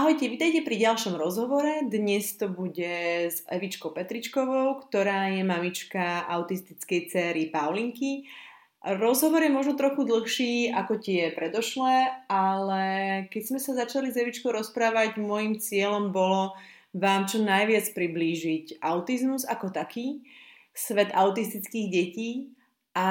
Ahojte, vítajte pri ďalšom rozhovore. Dnes to bude s Evičkou Petričkovou, ktorá je mamička autistickej dcéry Paulinky. Rozhovor je možno trochu dlhší ako tie predošlé, ale keď sme sa začali s Evičkou rozprávať, môjim cieľom bolo vám čo najviac priblížiť autizmus ako taký, svet autistických detí a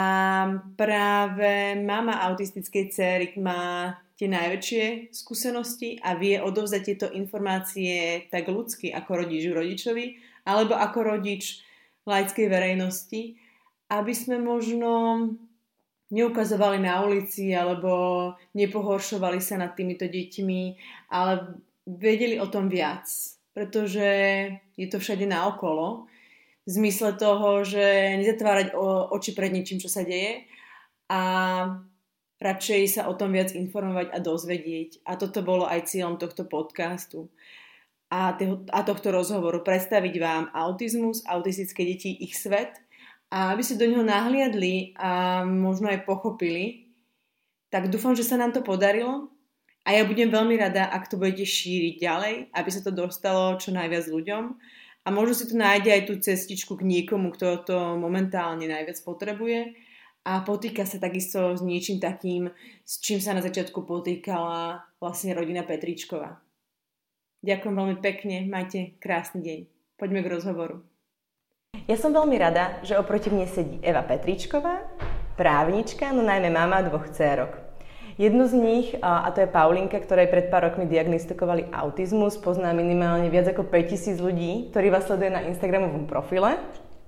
práve mama autistickej dcéry má tie najväčšie skúsenosti a vie odovzdať tieto informácie tak ľudsky ako rodič rodičovi alebo ako rodič laickej verejnosti, aby sme možno neukazovali na ulici alebo nepohoršovali sa nad týmito deťmi, ale vedeli o tom viac, pretože je to všade naokolo v zmysle toho, že nezatvárať oči pred ničím, čo sa deje a radšej sa o tom viac informovať a dozvedieť. A toto bolo aj cieľom tohto podcastu a tohto rozhovoru. Predstaviť vám autizmus, autistické deti, ich svet a aby ste do neho nahliadli a možno aj pochopili. Tak dúfam, že sa nám to podarilo a ja budem veľmi rada, ak to budete šíriť ďalej, aby sa to dostalo čo najviac ľuďom a možno si tu nájde aj tú cestičku k niekomu, kto to momentálne najviac potrebuje. A potýka sa takisto s niečím takým, s čím sa na začiatku potýkala vlastne rodina Petričková. Ďakujem veľmi pekne, majte krásny deň. Poďme k rozhovoru. Ja som veľmi rada, že oproti mne sedí Eva Petričková, právnička, no najmä mama dvoch dcérok. Jednu z nich, a to je Paulinka, ktorej pred pár rokmi diagnostikovali autizmus, pozná minimálne viac ako 5000 ľudí, ktorí vás sleduje na Instagramovom profile.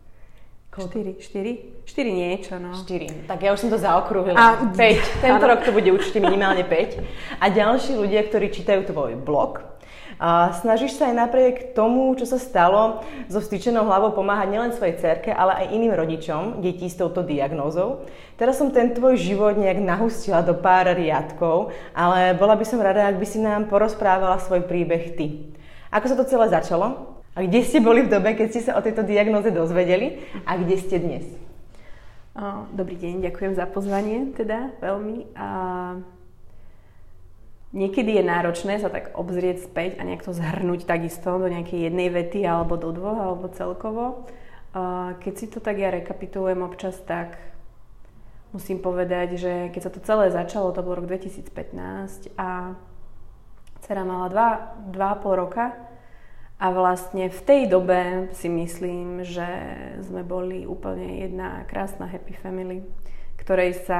4 niečo, no. 4. Tak ja už som to zaokrúhila. 5. Tento rok to bude určite minimálne 5. A ďalší ľudia, ktorí čítajú tvoj blog. Snažíš sa aj napriek tomu, čo sa stalo, so vstýčenou hlavou pomáhať nielen svojej dcérke, ale aj iným rodičom detí s touto diagnózou. Teraz som ten tvoj život nejak nahustila do pár riadkov, ale bola by som rada, ak by si nám porozprávala svoj príbeh ty. Ako sa to celé začalo? A kde ste boli v dobe, keď ste sa o tejto diagnóze dozvedeli? A kde ste dnes? Dobrý deň, ďakujem za pozvanie, teda veľmi. Niekedy je náročné sa tak obzrieť späť a nejak to zhrnúť takisto do nejakej jednej vety, alebo do dvoch, alebo celkovo. Keď si to tak ja rekapitulujem občas, tak musím povedať, že keď sa to celé začalo, to bol rok 2015 a dcera mala 2,5 roka. A vlastne v tej dobe si myslím, že sme boli úplne jedna krásna happy family, ktorej sa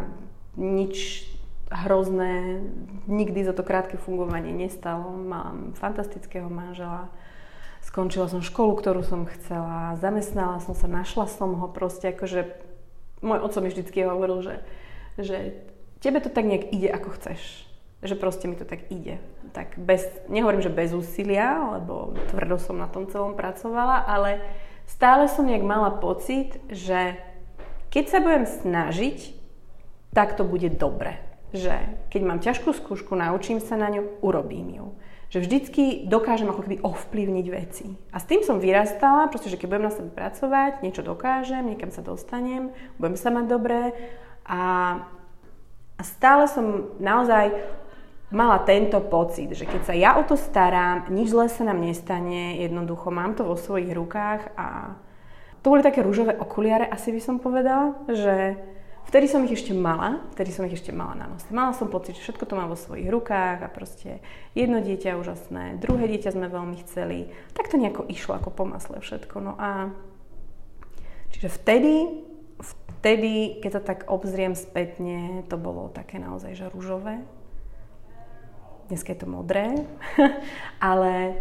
nič hrozné nikdy za to krátke fungovanie nestalo. Mám fantastického manžela, skončila som školu, ktorú som chcela, zamestnala som sa, našla som ho proste, akože môj otco mi vždycky hovoril, že tebe to tak nejak ide, ako chceš. Že proste mi to tak ide. Tak nehovorím, že bez úsilia, lebo tvrdo som na tom celom pracovala, ale stále som nejak mala pocit, že keď sa budem snažiť, tak to bude dobre. Že keď mám ťažkú skúšku, naučím sa na ňu, urobím ju. Že vždycky dokážem ako keby ovplyvniť veci. A s tým som vyrastala, proste, že keď budem na sebe pracovať, niečo dokážem, niekam sa dostanem, budem sa mať dobre a stále som naozaj mala tento pocit, že keď sa ja o to starám, nič zlé sa nám nestane, jednoducho mám to vo svojich rukách a to boli také ružové okuliare, asi by som povedala, že vtedy som ich ešte mala na nose. Mala som pocit, že všetko to mám vo svojich rukách a proste jedno dieťa úžasné, druhé dieťa sme veľmi chceli, tak to nejako išlo ako po masle všetko. No a čiže vtedy, keď sa tak obzriem spätne, to bolo také naozaj, že ružové. Dneska je to modré, ale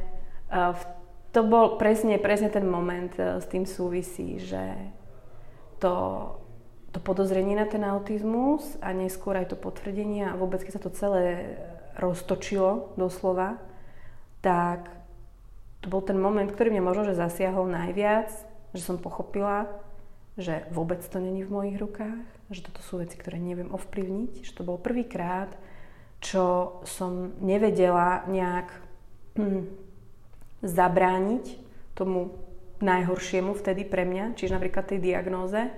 to bol presne ten moment, s tým súvisí, že to podozrenie na ten autizmus a neskôr aj to potvrdenie a vôbec keď sa to celé roztočilo doslova, tak to bol ten moment, ktorý mňa možno že zasiahol najviac, že som pochopila, že vôbec to není v mojich rukách, že toto sú veci, ktoré neviem ovplyvniť, že to bol prvýkrát, čo som nevedela nejak zabrániť tomu najhoršiemu vtedy pre mňa, čiže napríklad tej diagnóze.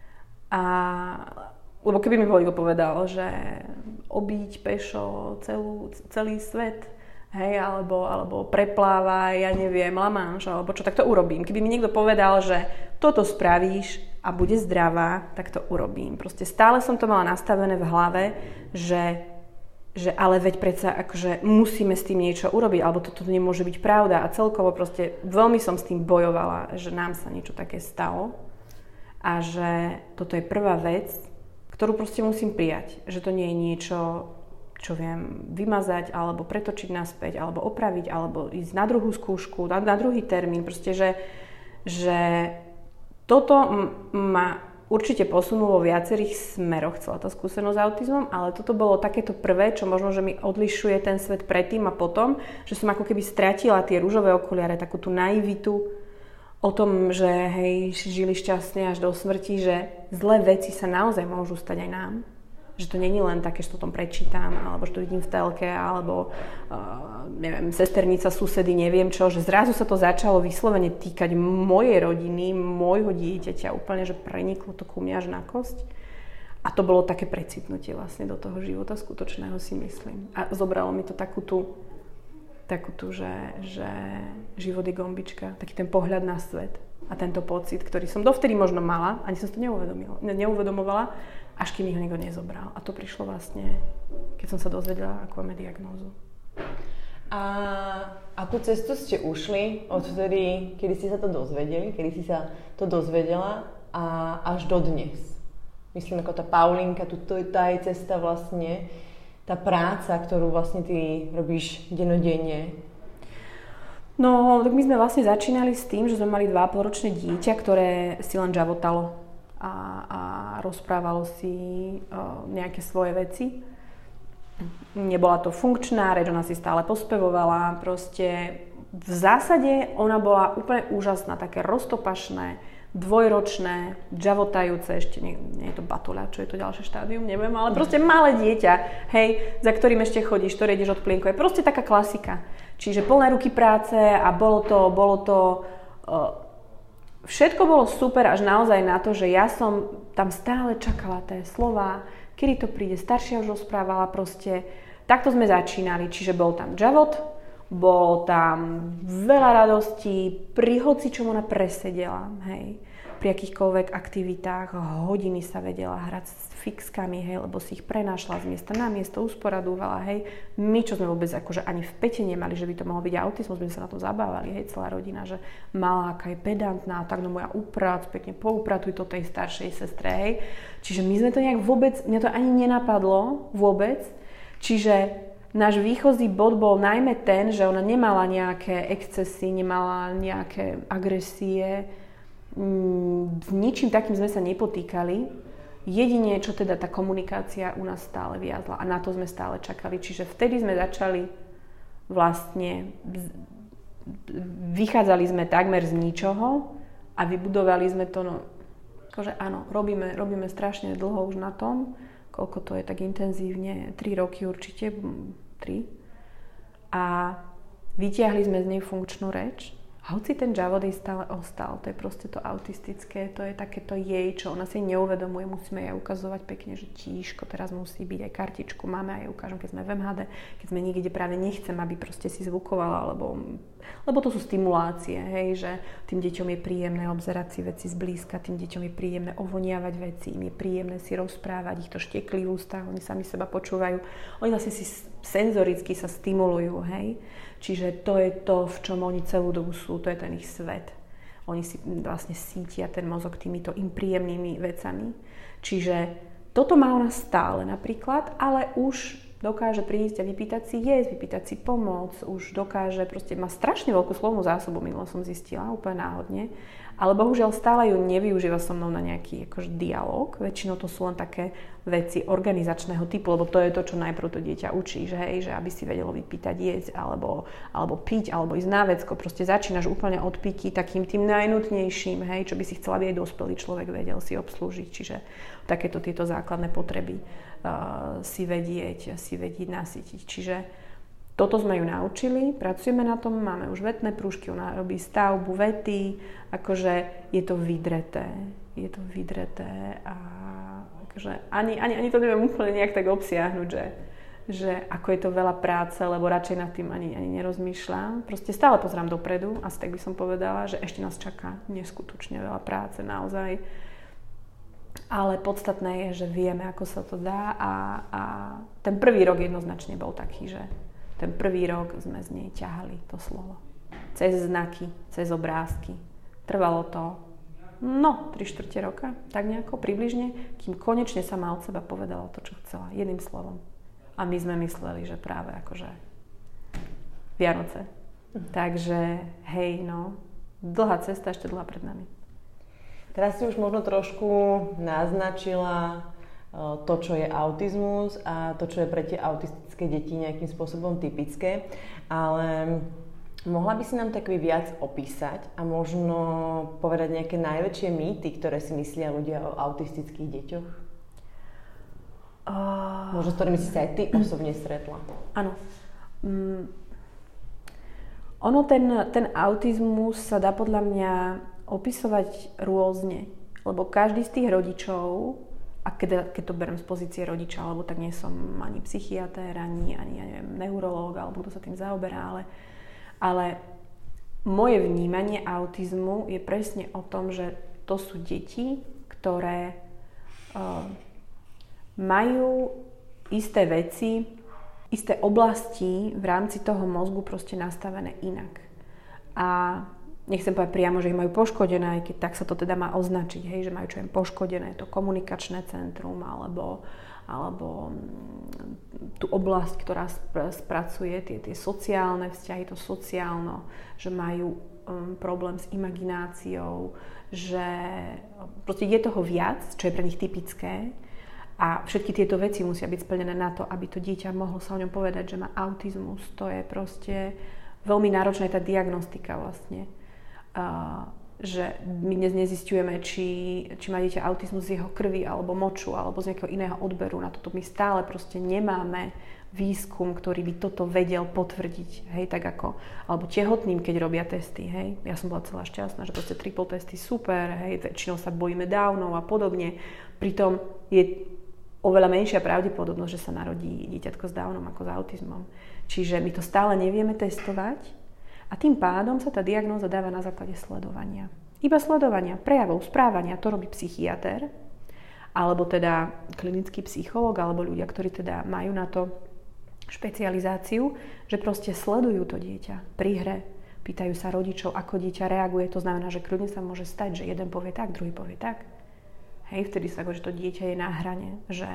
Lebo keby mi niekto povedal, že obíť pešo celý svet, hej, alebo prepláva, ja neviem, La Manche, alebo čo, tak to urobím. Keby mi niekto povedal, že toto spravíš a bude zdravá, tak to urobím. Proste stále som to mala nastavené v hlave, že ale veď predsa akože musíme s tým niečo urobiť, alebo toto nemôže byť pravda a celkovo proste veľmi som s tým bojovala, že nám sa niečo také stalo a že toto je prvá vec, ktorú proste musím prijať, že to nie je niečo, čo viem vymazať, alebo pretočiť naspäť, alebo opraviť, alebo ísť na druhú skúšku, na druhý termín, proste, že toto ma určite posunulo vo viacerých smeroch celá tá skúsenosť s autizmom, ale toto bolo takéto prvé, čo možno, že mi odlišuje ten svet predtým a potom, že som ako keby stratila tie ružové okuliare, takú tú naivitu o tom, že hej, žili šťastne až do smrti, že zlé veci sa naozaj môžu stať aj nám. Že to není len také, že to tom prečítam, alebo že to vidím v telke, alebo neviem, sesternica, susedy, neviem čo, že zrazu sa to začalo vyslovene týkať mojej rodiny, môjho dieťaťa, úplne, že preniklo to ku mňa až na kosť. A to bolo také precitnutie vlastne do toho života skutočného, si myslím. A zobralo mi to takú tú, že život je gombička, taký ten pohľad na svet a tento pocit, ktorý som dovtedy možno mala, ani som to neuvedomovala, až kým mi ho nikto nezobral. A to prišlo vlastne, keď som sa dozvedela, akú máme diagnózu. A tú cestu ste ušli odtedy, kedy ste sa to dozvedeli, kedy si sa to dozvedela a až do dnes. Myslím, ako tá Paulinka, tá je cesta vlastne, tá práca, ktorú vlastne ty robíš dennodenne. No, tak my sme vlastne začínali s tým, že sme mali 2,5-ročné dieťa, ktoré si len žavotalo a rozprávalo si nejaké svoje veci. Nebola to funkčná reč, ona si stále pospevovala. Proste v zásade ona bola úplne úžasná, také roztopašné, dvojročné, žavotajúce, ešte nie je to batuľa, čo je to ďalšie štádium, neviem, ale proste malé dieťa, hej, za ktorým ešte chodíš, ktoré ideš od plienku. Je proste taká klasika. Čiže plné ruky práce a bolo to všetko bolo super až naozaj na to, že ja som tam stále čakala tie slová, kedy to príde, staršia už rozprávala proste. Takto sme začínali, čiže bol tam žavot, bolo tam veľa radostí, pri hocičom ona presedela, hej. Pri akýchkoľvek aktivitách hodiny sa vedela hrať s fixkami, hej, lebo si ich prenášla z miesta na miesto, usporadúvala, hej. My, čo sme vôbec akože ani v pete nemali, že by to mohol byť autizmus, sme sa na to zabávali, hej, celá rodina, že malá, aká je pedantná, tak no moja uprac, pekne poupratuj to tej staršej sestre, hej. Čiže my sme to nejak vôbec, mňa to ani nenapadlo vôbec, čiže náš výchozí bod bol najmä ten, že ona nemala nejaké excesy, nemala nejaké agresie, s ničím takým sme sa nepotýkali. Jedine, čo teda tá komunikácia u nás stále viazla a na to sme stále čakali. Čiže vtedy sme začali vlastne, vychádzali sme takmer z ničoho a vybudovali sme to, no, akože áno, robíme strašne dlho už na tom, koľko to je tak intenzívne, 3 roky určite, 3. A vytiahli sme z nej funkčnú reč. Hoci ten žavot jej stále ostal, to je proste to autistické, to je takéto jej, čo ona si neuvedomuje, musíme jej ukazovať pekne, že tíško, teraz musí byť aj kartičku, máme a jej ukážem, keď sme v MHD, keď sme niekde práve nechcem, aby proste si zvukovala, lebo to sú stimulácie, hej, že tým deťom je príjemné obzerať si veci zblízka, tým deťom je príjemné ovoniavať veci, im je príjemné si rozprávať, ich to šteklí v ústach, oni sami seba počúvajú, oni vlastne si senzoricky sa stimulujú, hej. Čiže to je to, v čom oni celú dobu sú, to je ten ich svet. Oni si vlastne sítia ten mozog týmito im príjemnými vecami. Čiže toto má ona stále napríklad, ale už dokáže prísť a vypýtať si jesť, vypýtať si pomoc, už dokáže, proste má strašne veľkú slovnú zásobu, minule som zistila, úplne náhodne. Ale bohužiaľ stále ju nevyužíva so mnou na nejaký akože dialog. Väčšinou to sú len také veci organizačného typu, lebo to je to, čo najprv to dieťa učí, že hej, že aby si vedelo vypýtať jesť, alebo piť, alebo ísť na vecko. Proste začínaš úplne od piky takým tým najnutnejším, hej, čo by si chcela, aby aj dospelý človek vedel si obslúžiť. Čiže takéto tieto základné potreby si vedieť nasytiť. Čiže toto sme ju naučili, pracujeme na tom, máme už vetné prúžky, ona robí stavbu, vety, akože je to vydreté a akože ani to neviem úplne nejak tak obsiahnuť, že ako je to veľa práce, lebo radšej nad tým ani nerozmýšľam. Proste stále pozerám dopredu, asi tak by som povedala, že ešte nás čaká neskutočne veľa práce, naozaj. Ale podstatné je, že vieme, ako sa to dá a ten prvý rok jednoznačne bol taký, že ten prvý rok sme z nej ťahali to slovo. Cez znaky, cez obrázky. Trvalo to 3/4 roka, tak nejako približne, kým konečne sama od seba povedala to, čo chcela, jedným slovom. A my sme mysleli, že práve akože Vianoce. Takže hej, dlhá cesta, ešte dlhá pred nami. Teraz si už možno trošku naznačila to, čo je autizmus a to, čo je pre tie autistické deti nejakým spôsobom typické, ale mohla by si nám tak viac opísať a možno povedať nejaké najväčšie mýty, ktoré si myslia ľudia o autistických deťoch? Možno s ktorými si sa aj ty osobne stretla. Áno. Ono, ten autizmus sa dá podľa mňa opisovať rôzne, lebo každý z tých rodičov, a keď to beriem z pozície rodiča, lebo tak nie som ani psychiatér, ani ja neviem, neurológ, alebo kto sa tým zaoberá, ale moje vnímanie autizmu je presne o tom, že to sú deti, ktoré majú isté veci, isté oblasti v rámci toho mozgu proste nastavené inak. A nechcem povedať priamo, že ich majú poškodené, aj keď tak sa to teda má označiť, hej, že majú čo im poškodené, to komunikačné centrum, alebo tú oblasť, ktorá spracuje tie sociálne vzťahy, to sociálno, že majú problém s imagináciou, že proste je toho viac, čo je pre nich typické. A všetky tieto veci musia byť splnené na to, aby to dieťa mohlo sa o ňom povedať, že má autizmus. To je proste veľmi náročná tá diagnostika vlastne. Že my dnes nezisťujeme, či má dieťa autizmus z jeho krvi, alebo moču, alebo z nejakého iného odberu. Na toto my stále proste nemáme výskum, ktorý by toto vedel potvrdiť. Hej, tak ako, alebo tehotným, keď robia testy. Hej. Ja som bola celá šťastná, že proste triple testy super, hej, väčšinou sa bojíme Downov a podobne. Pritom je oveľa menšia pravdepodobnosť, že sa narodí dieťatko s Downom ako s autizmom. Čiže my to stále nevieme testovať a tým pádom sa tá diagnóza dáva na základe sledovania. Iba sledovania prejavov, správania, to robí psychiatér, alebo teda klinický psychológ, alebo ľudia, ktorí teda majú na to špecializáciu, že proste sledujú to dieťa pri hre, pýtajú sa rodičov, ako dieťa reaguje, to znamená, že kľudne sa môže stať, že jeden povie tak, druhý povie tak. Hej, vtedy sa že to dieťa je na hrane, že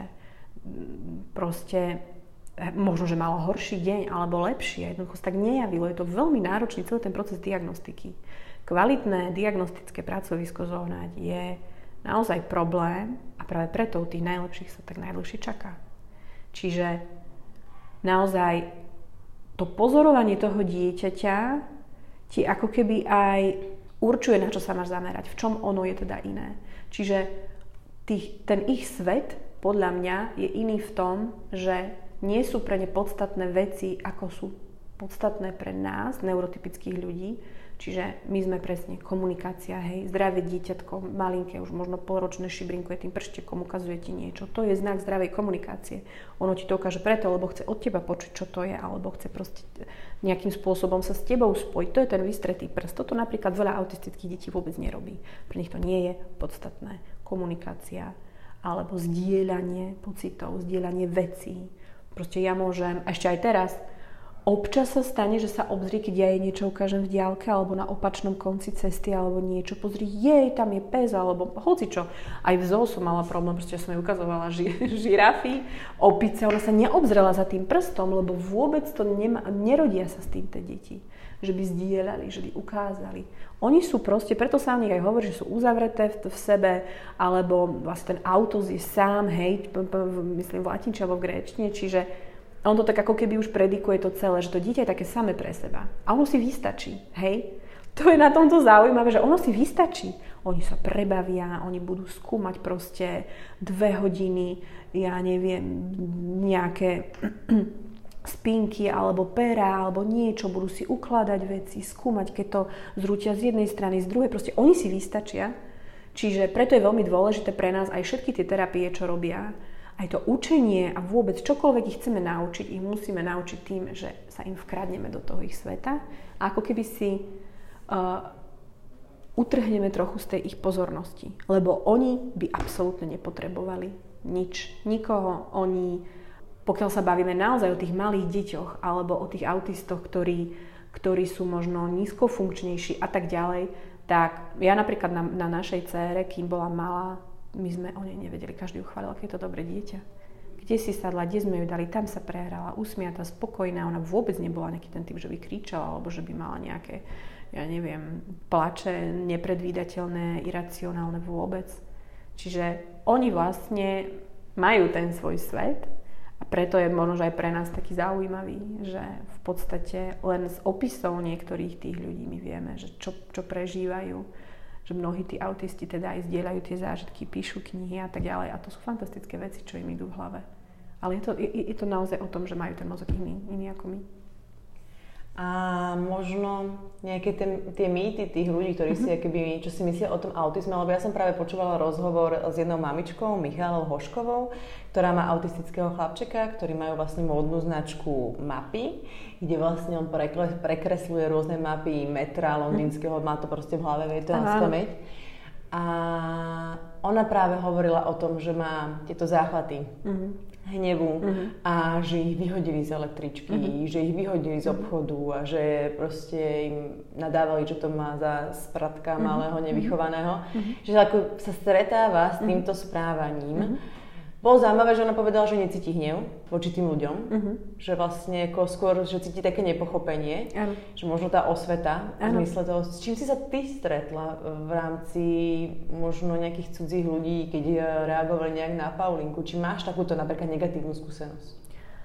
proste možno, že malo horší deň alebo lepší a jednoducho sa tak nejavilo. Je to veľmi náročný celý ten proces diagnostiky. Kvalitné diagnostické pracovisko zohnať je naozaj problém a práve preto u tých najlepších sa tak najdlhšie čaká. Čiže naozaj to pozorovanie toho dieťaťa ti ako keby aj určuje, na čo sa máš zamerať, v čom ono je teda iné. Čiže ten ich svet, podľa mňa, je iný v tom, že nie sú pre ne podstatné veci, ako sú podstatné pre nás, neurotypických ľudí. Čiže my sme presne komunikácia, hej, zdravé dieťatko, malinké, už možno polročné šibrinkuje tým prštekom, ukazuje ti niečo. To je znak zdravej komunikácie. Ono ti to ukáže preto, lebo chce od teba počuť, čo to je, alebo chce proste nejakým spôsobom sa s tebou spojiť. To je ten vystretý prst. Toto napríklad veľa autistických detí vôbec nerobí. Pre nich to nie je podstatné. Komunikácia, alebo zdieľanie pocitov, zdieľanie vecí. Proste ja môžem, ešte aj teraz, občas sa stane, že sa obzrie, keď ja jej niečo ukážem v diaľke alebo na opačnom konci cesty alebo niečo, pozri, tam je pes alebo hocičo. Aj v zoo som mala problém, proste som jej ukazovala žirafy, opice, ona sa neobzrela za tým prstom, lebo vôbec to nerodia sa s tým tie deti. Že by zdieľali, že by ukázali. Oni sú proste, preto sa o nich aj hovorí, že sú uzavreté v sebe, alebo vlastne ten autos je sám, hej, myslím v latinčine alebo v gréčtine, čiže on to tak ako keby už predikuje to celé, že to dieťa je také samé pre seba. A ono si vystačí, hej? To je na tomto zaujímavé, že ono si vystačí. Oni sa prebavia, oni budú skúmať proste 2 hodiny, ja neviem, nejaké spinky alebo pera alebo niečo, budú si ukladať veci, skúmať, keď to zrútia z jednej strany, z druhej, proste oni si vystačia. Čiže preto je veľmi dôležité pre nás aj všetky tie terapie, čo robia, aj to učenie a vôbec čokoľvek ich chceme naučiť, ich musíme naučiť tým, že sa im vkradneme do toho ich sveta a ako keby si utrhneme trochu z tej ich pozornosti. Lebo oni by absolútne nepotrebovali nič, nikoho. Oni, pokiaľ sa bavíme naozaj o tých malých deťoch alebo o tých autistoch, ktorí sú možno nízkofunkčnejší a tak ďalej, tak ja napríklad na našej dcére, kým bola malá, my sme o nej nevedeli, každý ju chválil, aké je to dobré dieťa. Kde si sadla, kde sme ju dali, tam sa prehrala, usmiatá, spokojná, ona vôbec nebola nejaký ten typ, že by kričala, alebo že by mala nejaké, ja neviem, plače, nepredvídateľné, iracionálne vôbec. Čiže oni vlastne majú ten svoj svet a preto je možno aj pre nás taký zaujímavý, že v podstate len z opisov niektorých tých ľudí my vieme, že čo prežívajú, že mnohí tí autisti teda aj zdieľajú tie zážitky, píšu knihy a tak ďalej a to sú fantastické veci, čo im idú v hlave. Ale je to naozaj o tom, že majú ten mozog iný ako my. A možno nejaké tie mýty tých ľudí, ktorí si akoby, čo si myslia o tom autizme, lebo ja som práve počúvala rozhovor s jednou mamičkou, Michalou Hoškovou, ktorá má autistického chlapčeka, ktorý majú vlastne módnu značku Mapy, kde vlastne on prekresluje rôzne mapy metra londýnskeho, má to proste v hlave, vie to na spamäť. A ona práve hovorila o tom, že má tieto záchvaty hnevu a že ich vyhodili z električky, že ich vyhodili z obchodu a že proste im nadávali, čo to má za spratka malého, nevychovaného. Že ako sa stretáva s týmto správaním. Bolo zaujímavé, že ona povedala, že necíti hnev voči tým ľuďom, že vlastne ako skôr, že cíti také nepochopenie, že možno tá osveta v zmysle toho. S čím si sa ty stretla v rámci možno nejakých cudzích ľudí, keď reagovali nejak na Paulinku? Či máš takúto napríklad negatívnu skúsenosť?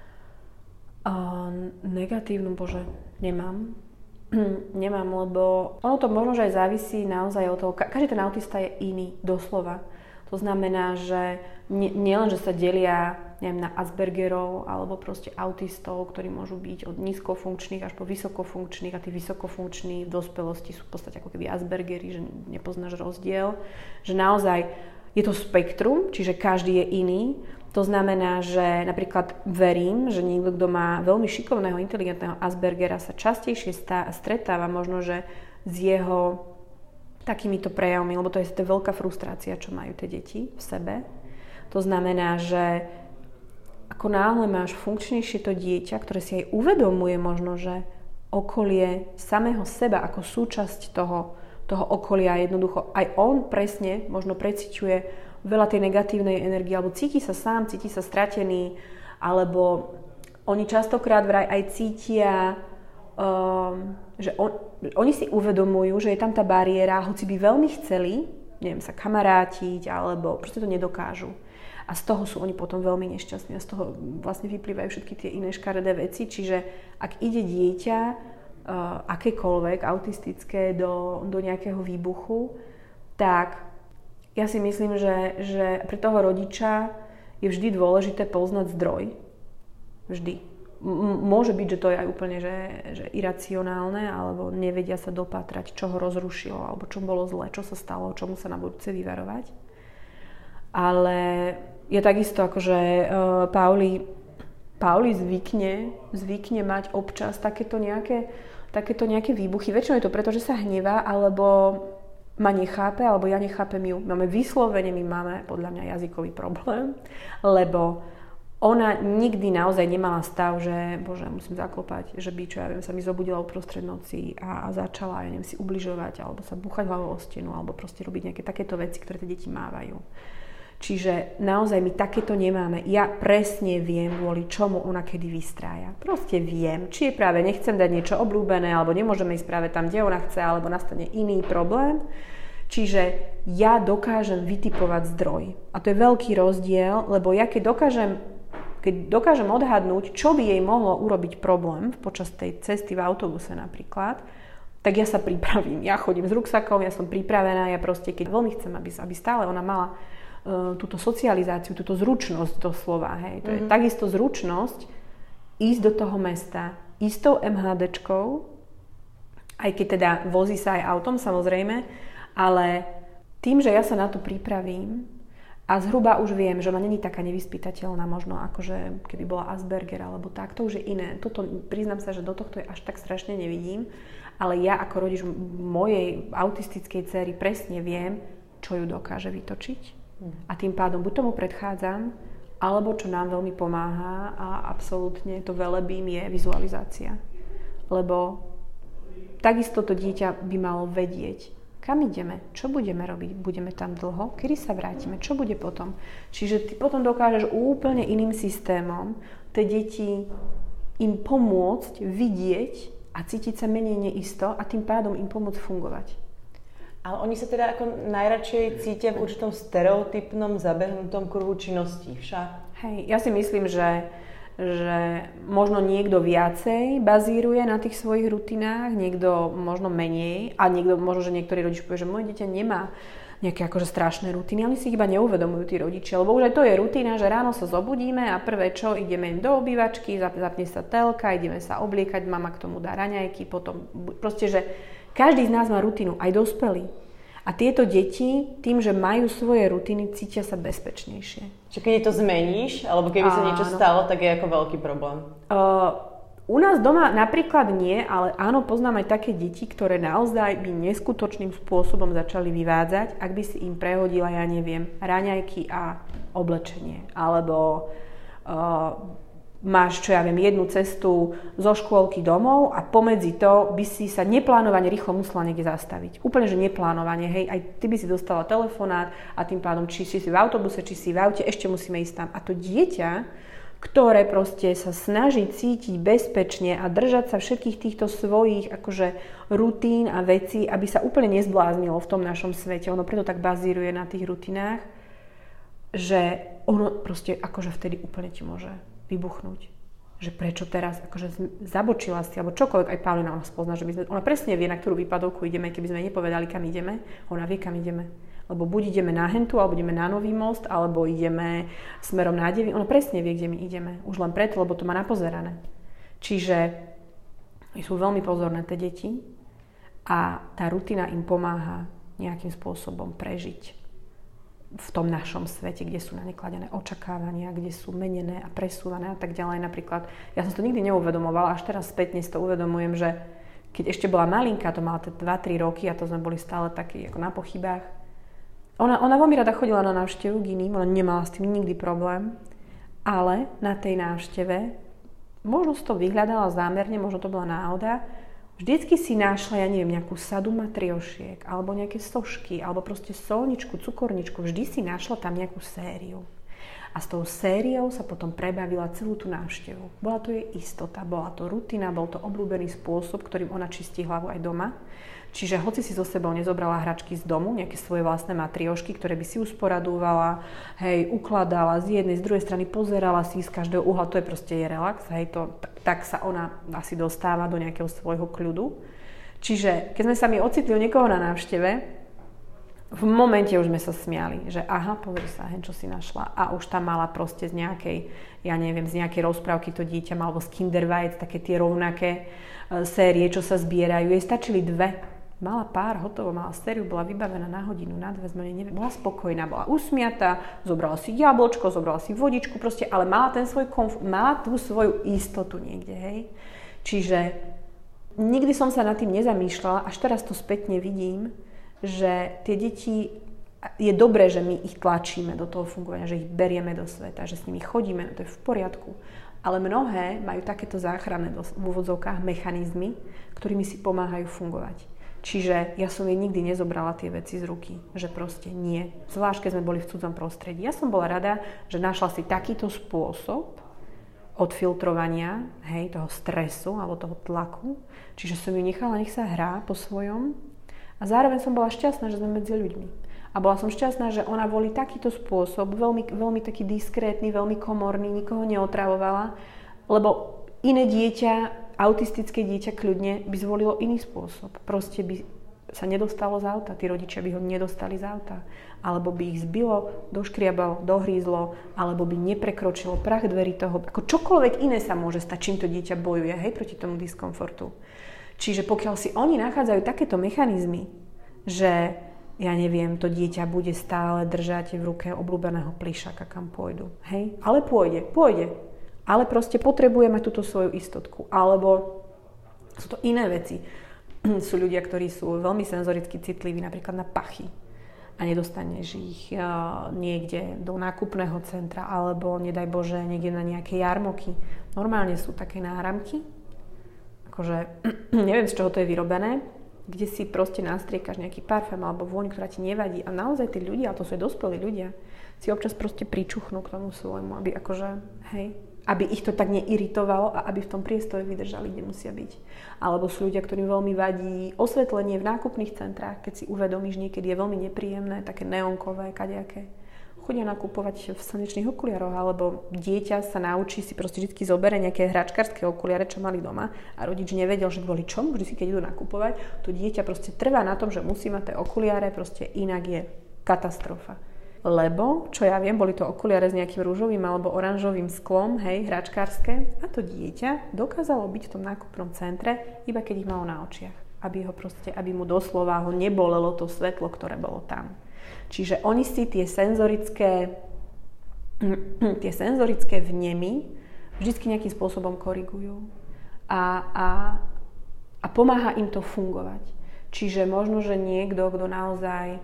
Negatívnu, bože, nemám. Nemám, lebo ono to možno, že aj závisí naozaj od toho, každý ten autista je iný, doslova. To znamená, že nielen, že sa delia, neviem, na Aspergerov alebo proste autistov, ktorí môžu byť od nízkofunkčných až po vysokofunkčných a tí vysokofunkční v dospelosti sú v podstate ako keby Aspergery, že nepoznáš rozdiel. Že naozaj je to spektrum, čiže každý je iný. To znamená, že napríklad verím, že niekto, kto má veľmi šikovného, inteligentného Aspergera, sa častejšie stretáva možno, že s jeho takýmito prejavmi, lebo to je veľká frustrácia, čo majú tie deti v sebe. To znamená, že ako náhle máš funkčnejšie to dieťa, ktoré si aj uvedomuje možno, že okolie samého seba ako súčasť toho okolia, jednoducho aj on presne možno preciťuje veľa tej negatívnej energie, alebo cíti sa sám, cíti sa stratený, alebo oni častokrát vraj aj cítia, že oni si uvedomujú, že je tam tá bariéra, hoci by veľmi chceli, neviem, sa kamarátiť, alebo proste to nedokážu. A z toho sú oni potom veľmi nešťastní a z toho vlastne vyplývajú všetky tie iné škaredé veci. Čiže ak ide dieťa akékoľvek autistické do nejakého výbuchu, tak ja si myslím, že pre toho rodiča je vždy dôležité poznať zdroj. Vždy. Môže byť, že to je aj úplne že iracionálne, alebo nevedia sa dopatrať, čo ho rozrušilo, alebo čo bolo zlé, čo sa stalo, čomu sa na budúce vyvarovať. Ale je takisto ako, že Pauli zvykne mať občas takéto nejaké výbuchy. Väčšinou je to preto, že sa hnevá, alebo ma nechápe, alebo ja nechápem ju. Máme vyslovene, my máme podľa mňa jazykový problém, lebo ona nikdy naozaj nemala stav, že bože, musím zaklopať, že by, čo ja viem, sa mi zobudila uprostred noci a začala, ja neviem, si ubližovať, alebo sa búchať hlavou o stenu, alebo proste robiť nejaké takéto veci, ktoré tie deti mávajú. Čiže naozaj my takéto nemáme. Ja presne viem, kvôli čomu ona kedy vystrája. Proste viem, či je práve nechcem dať niečo obľúbené, alebo nemôžeme ísť práve tam, kde ona chce, alebo nastane iný problém. Čiže ja dokážem vytipovať zdroj. A to je veľký rozdiel, lebo ja keď dokážem odhadnúť, čo by jej mohlo urobiť problém počas tej cesty v autobuse napríklad, tak ja sa pripravím. Ja chodím s ruksakom, ja som pripravená, ja proste, keď veľmi chcem, aby stále ona mala túto socializáciu, túto zručnosť doslova, hej. To je takisto zručnosť ísť do toho mesta, ísť tou MHDčkou, aj keď teda vozí sa aj autom samozrejme, ale tým, že ja sa na to pripravím A zhruba už viem, že ona není taká nevyspytateľná, možno akože keby bola Asperger alebo tak, to už je iné. Toto, priznám sa, že do tohto až tak strašne nevidím, ale ja ako rodič mojej autistickej dcery presne viem, čo ju dokáže vytočiť. A tým pádom buď tomu predchádzam, alebo čo nám veľmi pomáha a absolútne to velebím je vizualizácia. Lebo takisto to dieťa by malo vedieť, kam ideme, čo budeme robiť, budeme tam dlho, kedy sa vrátime, čo bude potom. Čiže ty potom dokážeš úplne iným systémom tie deti im pomôcť vidieť a cítiť sa menej neisto a tým pádom im pomôcť fungovať. Ale oni sa teda ako najradšej cítia v určitom stereotypnom zabehnutom kruhu činností však. Hej, ja si myslím, že možno niekto viacej bazíruje na tých svojich rutinách, niekto možno menej a možno, že niektorý rodič povie, že moje dieťa nemá nejaké akože strašné rutiny, oni si iba neuvedomujú tí rodičia, lebo už aj to je rutina, že ráno sa zobudíme a prvé čo, ideme do obývačky, zapne sa telka, ideme sa obliekať, mama k tomu dá raňajky, potom proste, že každý z nás má rutinu, aj dospelí. A tieto deti, tým, že majú svoje rutiny, cítia sa bezpečnejšie. Čiže keď to zmeníš, alebo keby sa niečo stalo, tak je ako veľký problém. U nás doma napríklad nie, ale áno, poznám aj také deti, ktoré naozaj by neskutočným spôsobom začali vyvádzať, ak by si im prehodila, ja neviem, raňajky a oblečenie. Alebo máš, čo ja viem, jednu cestu zo škôlky domov a pomedzi to by si sa neplánovane rýchlo musela niekde zastaviť. Úplne, že neplánovane, hej, aj ty by si dostala telefonát a tým pádom, či si v autobuse, či si v aute, ešte musíme ísť tam. A to dieťa, ktoré proste sa snaží cítiť bezpečne a držať sa všetkých týchto svojich akože rutín a vecí, aby sa úplne nezbláznilo v tom našom svete. Ono preto tak bazíruje na tých rutinách, že ono proste akože vtedy úplne ti môže vybuchnúť. Že prečo teraz, akože zabočila si, alebo čokoľvek, aj Paulina, ona spozná, že ona presne vie, na ktorú výpadovku ideme, keby sme nepovedali, kam ideme, ona vie, kam ideme. Lebo buď ideme na Hentu, alebo ideme na Nový Most, alebo ideme smerom na Devy. Ona presne vie, kde my ideme. Už len preto, lebo to má napozerané. Čiže sú veľmi pozorné tie deti a tá rutina im pomáha nejakým spôsobom prežiť v tom našom svete, kde sú na ne kladené očakávania, kde sú menené a presúvané a tak ďalej. Napríklad, ja som to nikdy neuvedomovala, až teraz spätne si to uvedomujem, že keď ešte bola malinká, to mala 2-3 roky a to sme boli stále takí ako na pochybách. Ona veľmi rada chodila na návštevu k iným, ona nemala s tým nikdy problém, ale na tej návšteve, možno si to vyhľadala zámerne, možno to bola náhoda, vždycky si našla, ja neviem, nejakú sadu matriošiek, alebo nejaké sošky, alebo proste solničku, cukorničku, vždy si našla tam nejakú sériu. A s tou sériou sa potom prebavila celú tú návštevu. Bola to jej istota, bola to rutina, bol to obľúbený spôsob, ktorým ona čistí hlavu aj doma. Čiže hoci si so sebou nezobrala hračky z domu, nejaké svoje vlastné matriošky, ktoré by si usporadúvala, hej, ukladala z jednej, z druhej strany, pozerala si z každého uhla, to je proste jej relax, hej, tak sa ona asi dostáva do nejakého svojho kľudu. Čiže keď sme sa mi ocitli u niekoho na návšteve, v momente už sme sa smiali, že aha, pozri sa, čo si našla. A už tam mala proste z nejakej, ja neviem, z nejakej rozprávky to dieťa má, alebo z Kinderweiz, také tie rovnaké série, čo sa zbierajú. Jej stačili 2. Mala pár, hotovo, mala sériu, bola vybavená na hodinu, na 2, bola spokojná, bola usmiatá, zobrala si jablčko, zobrala si vodičku, proste, ale mala ten svoj mala tú svoju istotu niekde, hej. Čiže nikdy som sa nad tým nezamýšľala, až teraz to spätne vidím, že tie deti, je dobré, že my ich tlačíme do toho fungovania, že ich berieme do sveta, že s nimi chodíme, to je v poriadku. Ale mnohé majú takéto záchranné v úvodzovkách mechanizmy, ktorými si pomáhajú fungovať. Čiže ja som jej nikdy nezobrala tie veci z ruky, že proste nie. Zvlášť, keď sme boli v cudzom prostredí. Ja som bola rada, že našla si takýto spôsob odfiltrovania, hej, toho stresu alebo toho tlaku. Čiže som ju nechala, nech sa hrá po svojom. A zároveň som bola šťastná, že sme medzi ľuďmi. A bola som šťastná, že ona volí takýto spôsob, veľmi, veľmi taký diskrétny, veľmi komorný, nikoho neotravovala, lebo iné dieťa, autistické dieťa kľudne by zvolilo iný spôsob. Proste by sa nedostalo z auta, tí rodičia by ho nedostali z auta. Alebo by ich zbilo, doškriabalo, dohrízlo, alebo by neprekročilo prach dverí toho. Ako čokoľvek iné sa môže stať, čím to dieťa bojuje, hej, proti tomu diskomfortu. Čiže pokiaľ si oni nachádzajú takéto mechanizmy, že ja neviem, to dieťa bude stále držať v ruke obľúbeného plyšaka, kam pôjdu. Hej? Ale pôjde. Ale proste potrebujeme túto svoju istotku. Alebo sú to iné veci. Sú ľudia, ktorí sú veľmi senzoricky citliví, napríklad na pachy. A nedostaneš ich niekde do nákupného centra alebo, nedaj Bože, niekde na nejaké jarmoky. Normálne sú také náramky, akože neviem, z čoho to je vyrobené, kde si proste nastriekaš nejaký parfém alebo vôň, ktorá ti nevadí. A naozaj tí ľudia, a to sú aj dospelí ľudia, si občas proste pričuchnú k tomu svojmu, aby akože, hej, aby ich to tak neiritovalo a aby v tom priestore vydržali, kde musia byť. Alebo sú ľudia, ktorým veľmi vadí osvetlenie v nákupných centrách, keď si uvedomíš, niekedy je veľmi nepríjemné, také neonkové, kadejaké. Chodia nakupovať v slnečných okuliaroch, alebo dieťa sa naučí si proste vždy zoberie nejaké hračkárske okuliare, čo mali doma a rodič nevedel, že kvôli čomu, vždy si keď idú nakupovať, to dieťa proste trvá na tom, že musí mať tie okuliare, proste inak je katastrofa. Lebo, čo ja viem, boli to okuliare s nejakým rúžovým alebo oranžovým sklom, hej, hračkárske, a to dieťa dokázalo byť v tom nákupnom centre, iba keď ich malo na očiach. Aby mu doslova nebolelo to svetlo, ktoré bolo tam. Čiže oni si tie senzorické vnemy vždycky nejakým spôsobom korigujú. A pomáha im to fungovať. Čiže možno, že niekto, kto naozaj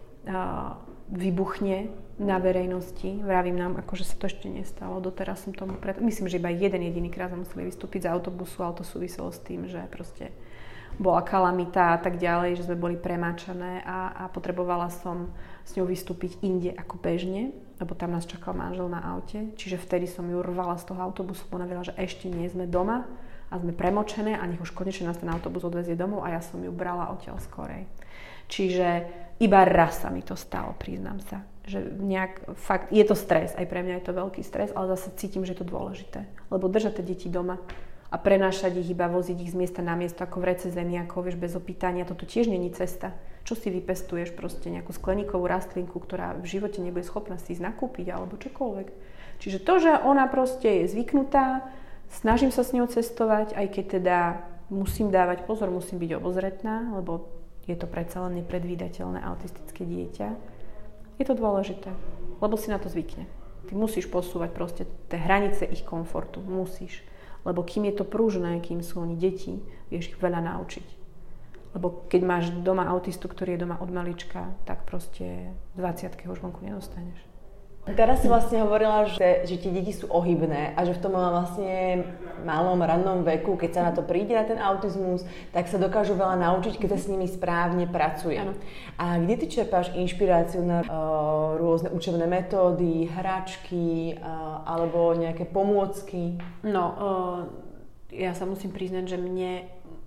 vybuchne na verejnosti. Vravím nám, akože sa to ešte nestalo. Doteraz som tomu myslím, že iba jeden jediný krát sme museli vystúpiť z autobusu, ale to súviselo s tým, že proste bola kalamita a tak ďalej, že sme boli premáčané a potrebovala som s ňou vystúpiť inde ako bežne, lebo tam nás čakal manžel na aute. Čiže vtedy som ju rvala z toho autobusu, ponavila, že ešte nie sme doma a sme premočené a nech už konečne nás ten autobus odvezie domov a ja som ju brala odtiaľ skorej. Čiže iba raz sa mi to stalo, priznám sa. Že fakt, je to stres, aj pre mňa je to veľký stres, ale zase cítim, že je to dôležité. Lebo držať tie deti doma a prenášať ich, iba voziť ich z miesta na miesto ako v rece zemiakov, vieš, bez opýtania, toto tiež není cesta. Čo si vypestuješ, proste nejakú skleníkovú rastlinku, ktorá v živote nebude schopná si ísť nakúpiť alebo čokoľvek. Čiže to, že ona proste je zvyknutá, snažím sa s ňou cestovať, aj keď teda musím dávať pozor, musím byť obozretná, lebo je to predsa len nepredvídateľné autistické dieťa. Je to dôležité, lebo si na to zvykne. Ty musíš posúvať proste tie hranice ich komfortu. Musíš. Lebo kým je to pružné, kým sú oni deti, vieš ich veľa naučiť. Lebo keď máš doma autistu, ktorý je doma od malička, tak proste v 20-ke už vonku nedostaneš. Teraz si vlastne hovorila, že tie deti sú ohybné a že v tom vlastne malom, rannom veku, keď sa na to príde na ten autizmus, tak sa dokážu veľa naučiť, keď sa s nimi správne pracuje. Ano. A kde ty čerpáš inšpiráciu na rôzne učebné metódy, hračky alebo nejaké pomôcky? No, ja sa musím priznať, že mne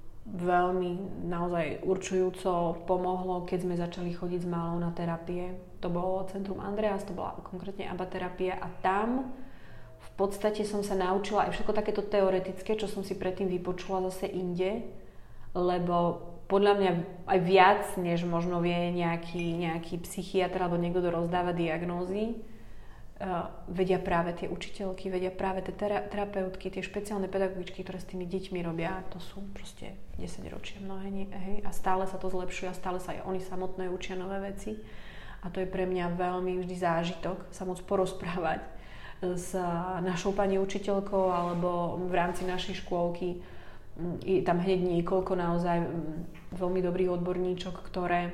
veľmi naozaj určujúco pomohlo, keď sme začali chodiť s malou na terapie. To bolo Centrum Andreas, to bola konkrétne ABA-terapia a tam v podstate som sa naučila aj všetko takéto teoretické, čo som si predtým vypočula zase inde, lebo podľa mňa aj viac, než možno vie nejaký psychiatr alebo niekto, kto rozdáva diagnózy, vedia práve tie učiteľky, vedia práve tie terapeutky, tie špeciálne pedagogičky, ktoré s tými deťmi robia. To sú proste 10 ročia mnohé, hej, a stále sa to zlepšuje a stále sa aj oni samotné učia nové veci. A to je pre mňa veľmi vždy zážitok sa môcť porozprávať s našou pani učiteľkou alebo v rámci našej škôlky. Je tam hneď niekoľko naozaj veľmi dobrých odborníčok, ktoré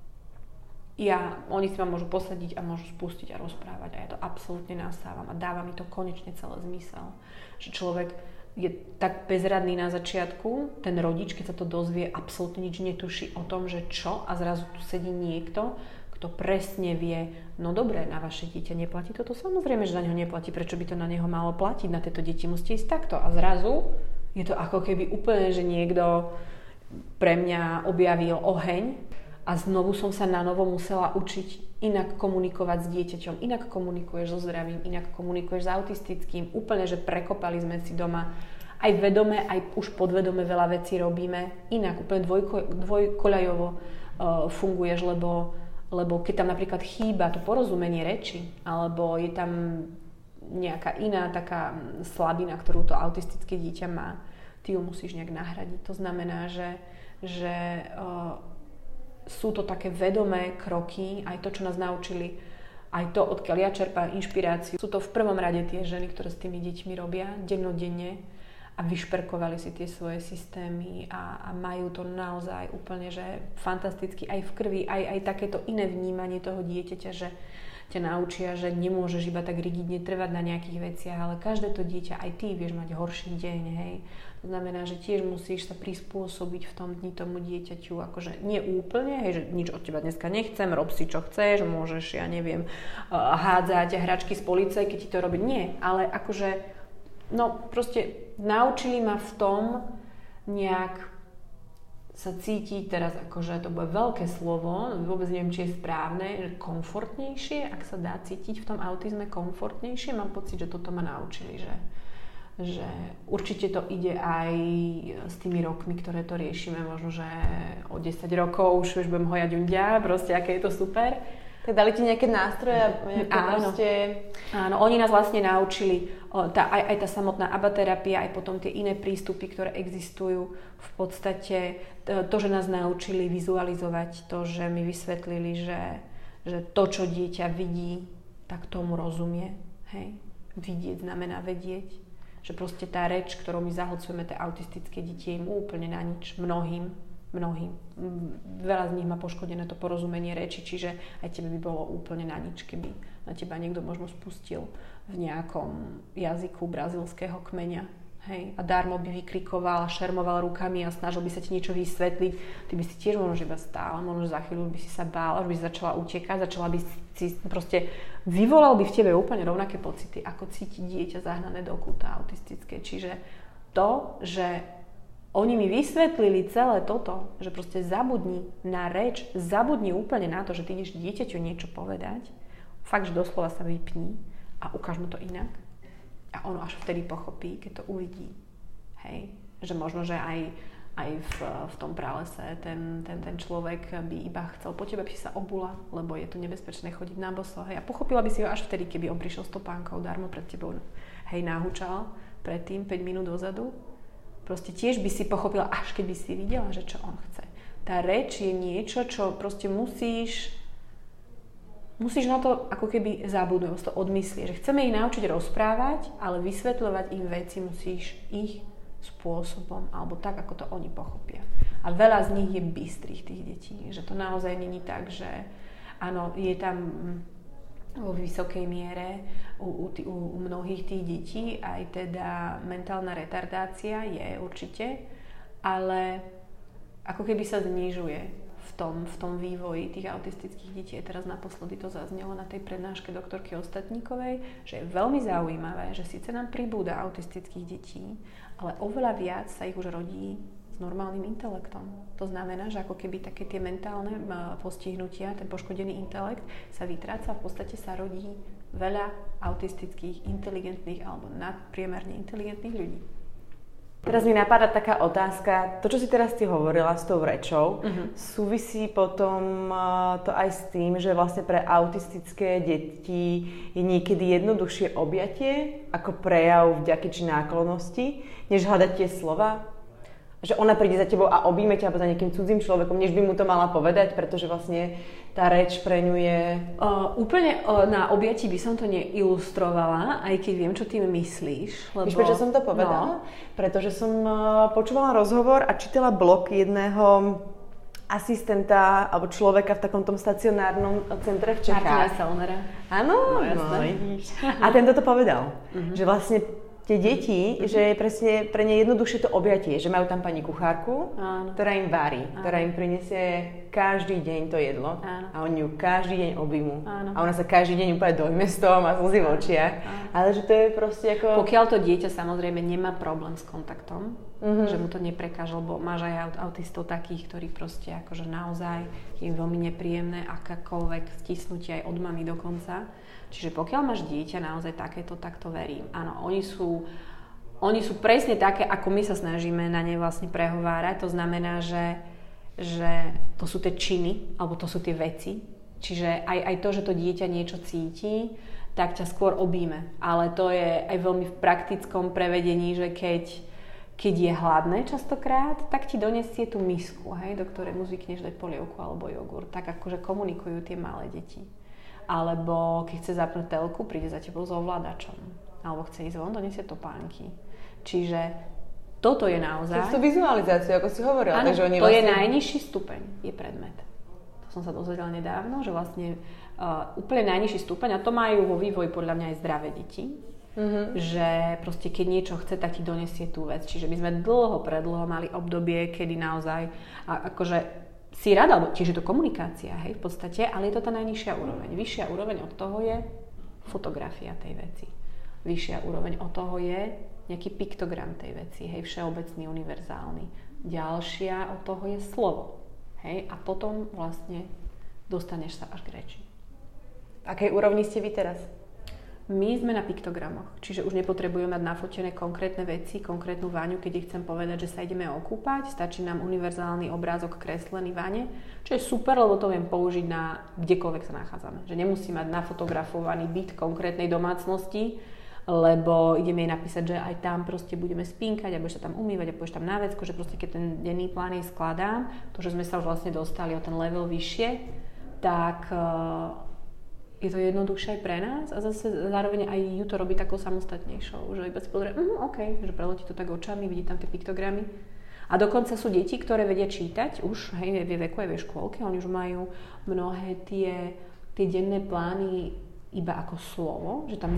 oni si ma môžu posadiť a môžu spustiť a rozprávať a ja to absolútne nasávam a dáva mi to konečne celé zmysel. Že človek je tak bezradný na začiatku, ten rodič, keď sa to dozvie, absolútne nič netuší o tom, že čo, a zrazu tu sedí niekto, kto presne vie, no dobre, na vaše dieťa neplatí toto, samozrejme, že na neho neplatí, prečo by to na neho malo platiť, na tieto deti musíte ísť takto. A zrazu je to ako keby úplne, že niekto pre mňa objavil oheň a znovu som sa na novo musela učiť inak komunikovať s dieťaťom, inak komunikuješ so zdravým, inak komunikuješ s autistickým, úplne, že prekopali sme si doma aj vedome, aj už podvedome veľa vecí robíme, inak úplne dvojkoľajovo funguješ, lebo keď tam napríklad chýba to porozumenie reči, alebo je tam nejaká iná taká slabina, ktorú to autistické dieťa má, ty ju musíš nejak nahradiť. To znamená, že sú to také vedomé kroky, aj to, čo nás naučili, aj to, odkiaľ ja čerpám inšpiráciu. Sú to v prvom rade tie ženy, ktoré s tými deťmi robia dennodenne a vyšperkovali si tie svoje systémy a majú to naozaj úplne, že fantasticky aj v krvi, aj takéto iné vnímanie toho dieťaťa, že ťa naučia, že nemôžeš iba tak rigidne trvať na nejakých veciach, ale každé to dieťa, aj ty vieš mať horší deň, hej. To znamená, že tiež musíš sa prispôsobiť v tom dni tomu dieťaťu, akože nie úplne, hej, že nič od teba dneska nechcem, rob si čo chceš, môžeš, ja neviem, hádzať hračky z police, keď ti to robí. Nie, ale akože, no proste naučili ma v tom nejak sa cítiť teraz, akože to bude veľké slovo, vôbec neviem, či je správne, že komfortnejšie, ak sa dá cítiť v tom autizme komfortnejšie, mám pocit, že toto ma naučili, že určite to ide aj s tými rokmi, ktoré to riešime, možno, že o 10 rokov už budem hojať ďunďa, proste aké je to super. Tak dali ti nejaké nástroje a nejaké proste... Áno, oni nás vlastne naučili, aj tá samotná abaterapia, aj potom tie iné prístupy, ktoré existujú. V podstate to, že nás naučili vizualizovať, to, že mi vysvetlili, že to, čo dieťa vidí, tak tomu rozumie. Hej? Vidieť znamená vedieť. Že proste tá reč, ktorou my zahlcujeme tie autistické deti, je im úplne na nič. Mnohým. Veľa z nich má poškodené to porozumenie reči, čiže aj tebe by bolo úplne na nič, keby na teba niekto možno spustil v nejakom jazyku brazílskeho kmeňa. Hej? A darmo by vykrikoval a šermoval rukami a snažil by sa ti niečo vysvetliť. Ty by si tiež možno iba stála, možno za chvíľu by si sa bála, že by si začala utekať, začala by si proste vyvolal by v tebe úplne rovnaké pocity, ako cíti dieťa zahnané do kúta autistické. Čiže to, že oni mi vysvetlili celé toto, že proste zabudni na reč, zabudni úplne na to, že ty ideš dieťaťu niečo povedať, fakt, že doslova sa vypni a ukáž mu to inak. A ono až vtedy pochopí, keď to uvidí. Hej? Že možno, že aj v tom pralese ten človek by iba chcel po tebe, aby si sa obula, lebo je to nebezpečné chodiť na boso. Hej? A pochopila by si ho až vtedy, keby on prišiel s topánkou darmo pred tebou. Hej, nahučal predtým 5 minút dozadu. Proste tiež by si pochopila, až keď by si videla, že čo on chce. Tá reč je niečo, čo proste musíš na to ako keby zabudnúť, musíš to odmyslieť. Že chceme ich naučiť rozprávať, ale vysvetľovať im veci musíš ich spôsobom, alebo tak, ako to oni pochopia. A veľa z nich je bystrých tých detí, že to naozaj není tak, že áno, je tam vo vysokej miere u mnohých tých detí aj teda mentálna retardácia je určite, ale ako keby sa znižuje v tom vývoji tých autistických detí. Teraz naposledy to zaznelo na tej prednáške doktorky Ostatníkovej, že je veľmi zaujímavé, že síce nám pribúda autistických detí, ale oveľa viac sa ich už rodí s normálnym intelektom. To znamená, že ako keby také tie mentálne postihnutia, ten poškodený intelekt sa vytráca, v podstate sa rodí veľa autistických, inteligentných alebo nadpriemerne inteligentných ľudí. Teraz mi napadá taká otázka, to, čo si teraz ty hovorila s tou rečou, súvisí potom to aj s tým, že vlastne pre autistické deti je niekedy jednoduchšie objatie ako prejav vďaky či náklonnosti, než hľadať tie slova? Že ona príde za tebou a objíme ťa za nejakým cudzým človekom, než by mu to mala povedať, pretože vlastne tá reč pre ňu je... Úplne na objatí by som to neilustrovala, aj keď viem, čo tým myslíš. Lebo... Víš, prečo som to povedala? No. Pretože som počúvala rozhovor a čítala blog jedného asistenta alebo človeka v takom tom stacionárnom centre v Čechách. Martina Sellnera. Áno, no, vidíš. A tento to povedal, že vlastne tie deti, že je presne pre ne jednoduchšie to objatie, že majú tam pani kuchárku, ktorá im varí, ktorá im prinesie každý deň to jedlo a oni ju každý deň objímu. A ona sa každý deň úplne dojme z toho, má slzy v očiach. Ale že to je proste ako... Pokiaľ to dieťa samozrejme nemá problém s kontaktom, že mu to neprekáže, lebo máš aj autistov takých, ktorí proste akože naozaj je im veľmi nepríjemné akákoľvek stisnutie aj od mami dokonca. Čiže pokiaľ máš dieťa naozaj takéto, tak to verím. Áno, oni sú presne také, ako my sa snažíme na ne vlastne prehovárať. To znamená, že to sú tie činy, alebo to sú tie veci. Čiže aj to, že to dieťa niečo cíti, tak ťa skôr objíme. Ale to je aj veľmi v praktickom prevedení, že Keď je hladné častokrát, tak ti donesie tú misku, hej, do ktorej mu zvykneš dať polievku alebo jogurt. Tak akože komunikujú tie malé deti. Alebo keď chce zapnúť telku, príde za tebou s ovládačom. Alebo chce ísť von, donesie topánky. Čiže toto je naozaj... To vizualizáciu, ako si hovorila. Áno, takže oni to je najnižší stupeň, je predmet. To som sa dozvedela nedávno, že vlastne úplne najnižší stupeň, a to majú vo vývoji podľa mňa aj zdravé deti, že proste keď niečo chce, tak ti donesie tú vec. Čiže my sme predlho mali obdobie, kedy naozaj akože si rada, tiež je to komunikácia, hej, v podstate, ale je to tá najnižšia úroveň. Vyššia úroveň od toho je fotografia tej veci. Vyššia úroveň od toho je nejaký piktogram tej veci, hej, všeobecný, univerzálny. Ďalšia od toho je slovo, hej, a potom vlastne dostaneš sa až k reči. V akej úrovni ste vy teraz? My sme na piktogramoch, čiže už nepotrebujem mať nafotené konkrétne veci, konkrétnu váňu, keď ich chcem povedať, že sa ideme okúpať. Stačí nám univerzálny obrázok kreslený vane, čo je super, lebo to viem použiť na kdekoľvek sa nachádzame. Že nemusím mať nafotografovaný byt konkrétnej domácnosti, lebo ideme jej napísať, že aj tam proste budeme spínkať a budeš sa tam umývať a pôjdeš tam na vecko, že proste keď ten denný plán jej skladám, to, že sme sa už vlastne dostali o ten level vyššie, tak je to jednoduchšie aj pre nás a zase zároveň aj ju to robí takou samostatnejšou, že iba si pozrie, OK, že preletí to tak očami, vidí tam tie piktogramy. A dokonca sú deti, ktoré vedia čítať už, hej, v veku aj ve škôlke, oni už majú mnohé tie denné plány iba ako slovo, že tam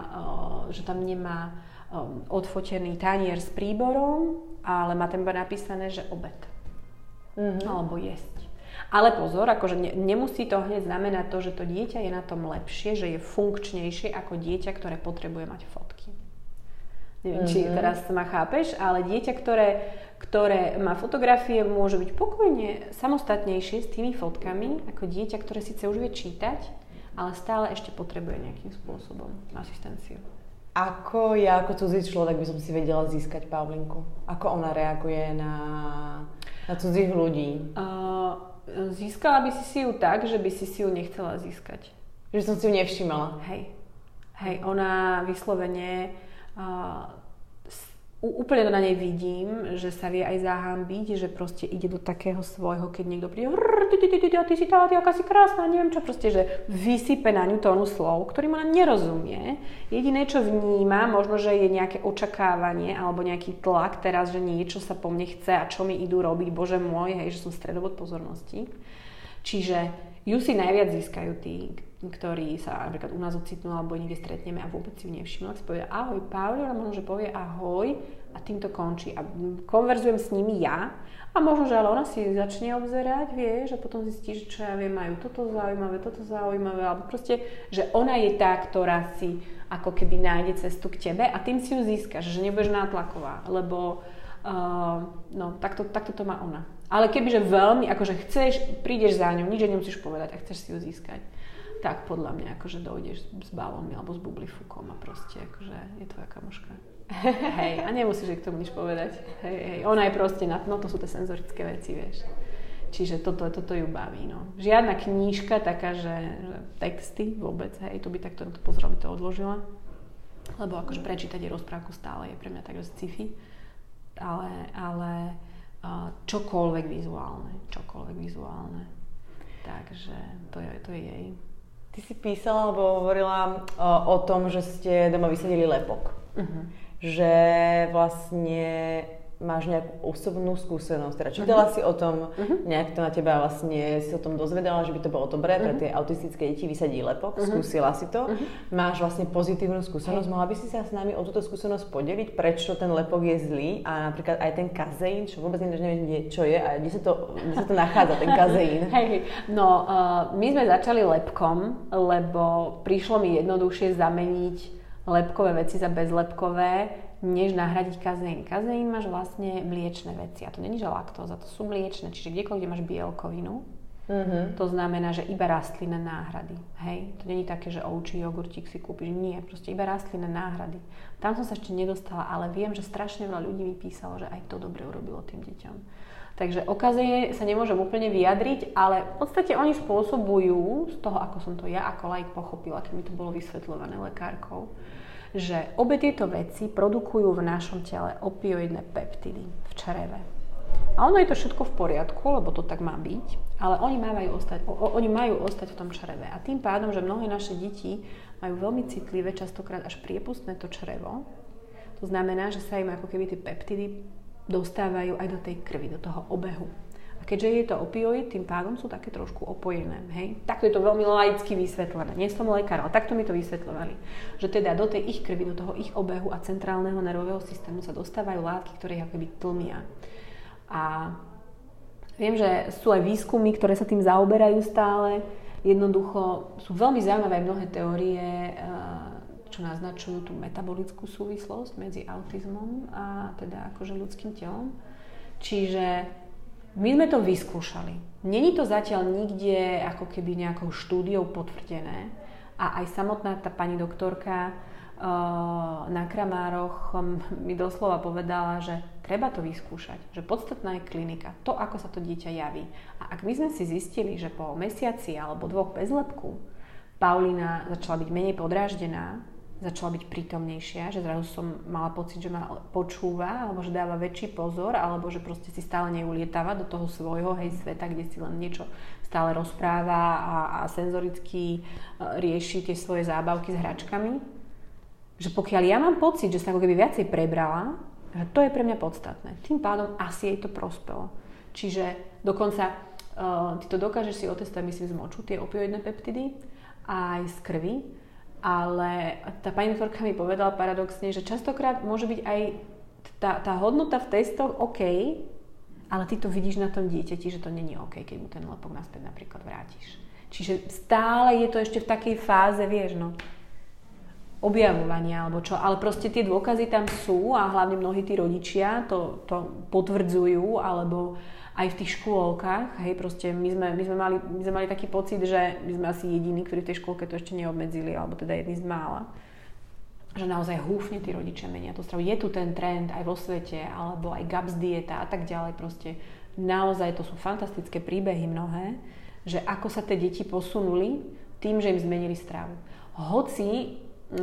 nemá odfotený tanier s príborom, ale má tam iba napísané, že obed. Alebo jesť. Ale pozor, akože nemusí to hneď znamenať to, že to dieťa je na tom lepšie, že je funkčnejšie ako dieťa, ktoré potrebuje mať fotky. Neviem, či teraz ma chápeš, ale dieťa, ktoré má fotografie, môže byť pokojne samostatnejšie s tými fotkami, ako dieťa, ktoré síce už vie čítať, ale stále ešte potrebuje nejakým spôsobom asistenciu. Ako ja, ako cudzí človek, by som si vedela získať Paulinku? Ako ona reaguje na cudzích ľudí? Získala by si ju tak, že by si ju nechcela získať. Že som si ju nevšimala. Hej, ona vyslovene úplne na nej vidím, že sa vie aj zahambiť, že proste ide do takého svojho, keď niekto príde ty si tá, ty aká si krásna, neviem čo, proste, že vysype na ňu tónu slov, ktorým ona nerozumie. Jediné, čo vníma, možno, že je nejaké očakávanie alebo nejaký tlak teraz, že niečo sa po mne chce a čo mi idú robiť, bože môj, hej, že som stredobod pozornosti. Čiže ju si najviac získajú tí, ktorí sa napríklad u nás ocitnú alebo niekde stretneme a vôbec si ju nevšimnú. Tak si povie ahoj Pauli, ona možno, že povie ahoj a tým to končí. A konverzujem s nimi ja a možno, že ale ona si začne obzerať, vie, že potom zistí, že čo ja viem, majú toto zaujímavé, alebo proste, že ona je tá, ktorá si ako keby nájde cestu k tebe a tým si ju získaš, že nebudeš nátlaková, lebo takto to má ona. Ale kebyže veľmi, akože chceš, prídeš za ňou, nič nemusíš povedať a chceš si ju získať, tak podľa mňa akože dojdeš s balónmi alebo s bublifúkom a proste akože je tvoja kamoška. Hej, a nemusíš jej k tomu nič povedať. Hej, ona je proste to sú tie senzorické veci, vieš. Čiže toto ju baví, no. Žiadna knížka taká, že texty vôbec, hej, to by takto to pozrela, by to odložila. Lebo akože prečítať jej rozprávku stále je pre mňa tak sci-fi. Ale čokoľvek vizuálne. Takže to je jej. Ty si písala alebo hovorila o tom, že ste doma vysadili lepok. Že vlastne máš nejakú osobnú skúsenosť. Teda čítala si o tom, nejak to na teba vlastne si o tom dozvedala, že by to bolo dobré pre tie autistické deti vysadiť lepok. Skúsila si to. Máš vlastne pozitívnu skúsenosť. Mohla by si sa s nami o túto skúsenosť podeliť? Prečo ten lepok je zlý? A napríklad aj ten kazeín, čo vôbec neviem, čo je a kde sa to nachádza, ten kazeín? No, my sme začali lepkom, lebo prišlo mi jednoduchšie zameniť lepkové veci za bezlepkové, než nahradiť kazeín. Kazeín máš vlastne mliečne veci. A to není, že laktóza, to sú mliečne. Čiže kdekoľvek, kde máš bielkovinu, to znamená, že iba rastlinné náhrady. Hej? To není také, že ovčí jogurtík si kúpiš. Nie, proste iba rastlinné náhrady. Tam som sa ešte nedostala, ale viem, že strašne veľa ľudí mi písalo, že aj to dobre urobilo tým deťom. Takže o kazeíne sa nemôžem úplne vyjadriť, ale v podstate oni spôsobujú, z toho, ako som to ja ako laik pochopila, keď mi to bolo vysvetľované lekárkou, že obe tieto veci produkujú v našom tele opioidné peptidy v čreve. A ono je to všetko v poriadku, lebo to tak má byť, ale oni majú ostať v tom čreve. A tým pádom, že mnohé naše deti majú veľmi citlivé, častokrát až priepustné to črevo, to znamená, že sa im ako keby tie peptidy dostávajú aj do tej krvi, do toho obehu. A keďže je to opioid, tým pádom sú také trošku opojené. Hej? Takto je to veľmi laicky vysvetlené. Nie som lekár, ale takto mi to vysvetľovali. Že teda do tej ich krvi, do toho ich obehu a centrálneho nervového systému sa dostávajú látky, ktoré ich ako keby tlmia. A viem, že sú aj výskumy, ktoré sa tým zaoberajú stále. Jednoducho sú veľmi zaujímavé aj mnohé teórie, čo naznačujú tú metabolickú súvislosť medzi autizmom a teda akože ľudským telom. Čiže my sme to vyskúšali. Není to zatiaľ nikde ako keby nejakou štúdiou potvrdené a aj samotná tá pani doktorka na Kramároch mi doslova povedala, že treba to vyskúšať, že podstatná je klinika, to, ako sa to dieťa javí. A ak my sme si zistili, že po mesiaci alebo 2 bez lebku Paulína začala byť menej podráždená, začala byť prítomnejšia, že zrazu som mala pocit, že ma počúva, alebo že dáva väčší pozor, alebo že proste si stále neulietáva do toho svojho sveta, kde si len niečo stále rozpráva a senzoricky rieši tie svoje zábavky s hračkami. Že pokiaľ ja mám pocit, že sa ako keby viacej prebrala, že to je pre mňa podstatné. Tým pádom asi jej to prospelo. Čiže dokonca ty to dokážeš si otestovať, myslím, z moču, tie opioidné peptidy, aj z krvi. Ale tá pani doktorka mi povedala paradoxne, že častokrát môže byť aj tá hodnota v testoch OK, ale ty to vidíš na tom dieťati, že to není OK, keď mu ten lepok naspäť napríklad vrátiš. Čiže stále je to ešte v takej fáze, vieš, objavovania alebo čo, ale proste tie dôkazy tam sú a hlavne mnohí tí rodičia to potvrdzujú, alebo aj v tých škôlkach, hej, proste my sme mali taký pocit, že my sme asi jediní, ktorí v tej škôlke to ešte neobmedzili, alebo teda jedni z mála. Že naozaj húfne tí rodičia menia tú stravu. Je tu ten trend aj vo svete, alebo aj GAPS dieta a tak ďalej, proste naozaj to sú fantastické príbehy mnohé, že ako sa tie deti posunuli tým, že im zmenili stravu. Hoci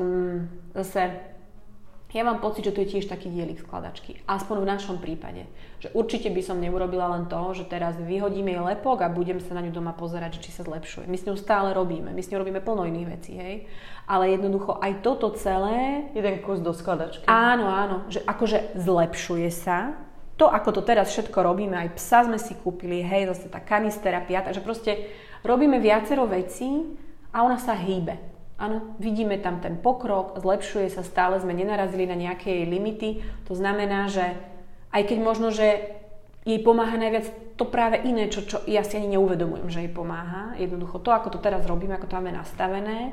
zase ja mám pocit, že tu je tiež taký dielik skladačky. Aspoň v našom prípade. Že určite by som neurobila len to, že teraz vyhodím jej lepok a budem sa na ňu doma pozerať, či sa zlepšuje. My s ňou stále robíme. My s ňou robíme plno iných vecí, hej. Ale jednoducho aj toto celé... Jeden kus do skladačky. Áno. Že akože zlepšuje sa. To, ako to teraz všetko robíme, aj psa sme si kúpili, hej, zase tá kanisterapia. Takže proste robíme viacero vecí a ona sa hýbe. Áno, vidíme tam ten pokrok, zlepšuje sa, stále sme nenarazili na nejaké jej limity. To znamená, že aj keď možno, že jej pomáha najviac to práve iné, čo ja si ani neuvedomujem, že jej pomáha. Jednoducho to, ako to teraz robíme, ako to máme nastavené,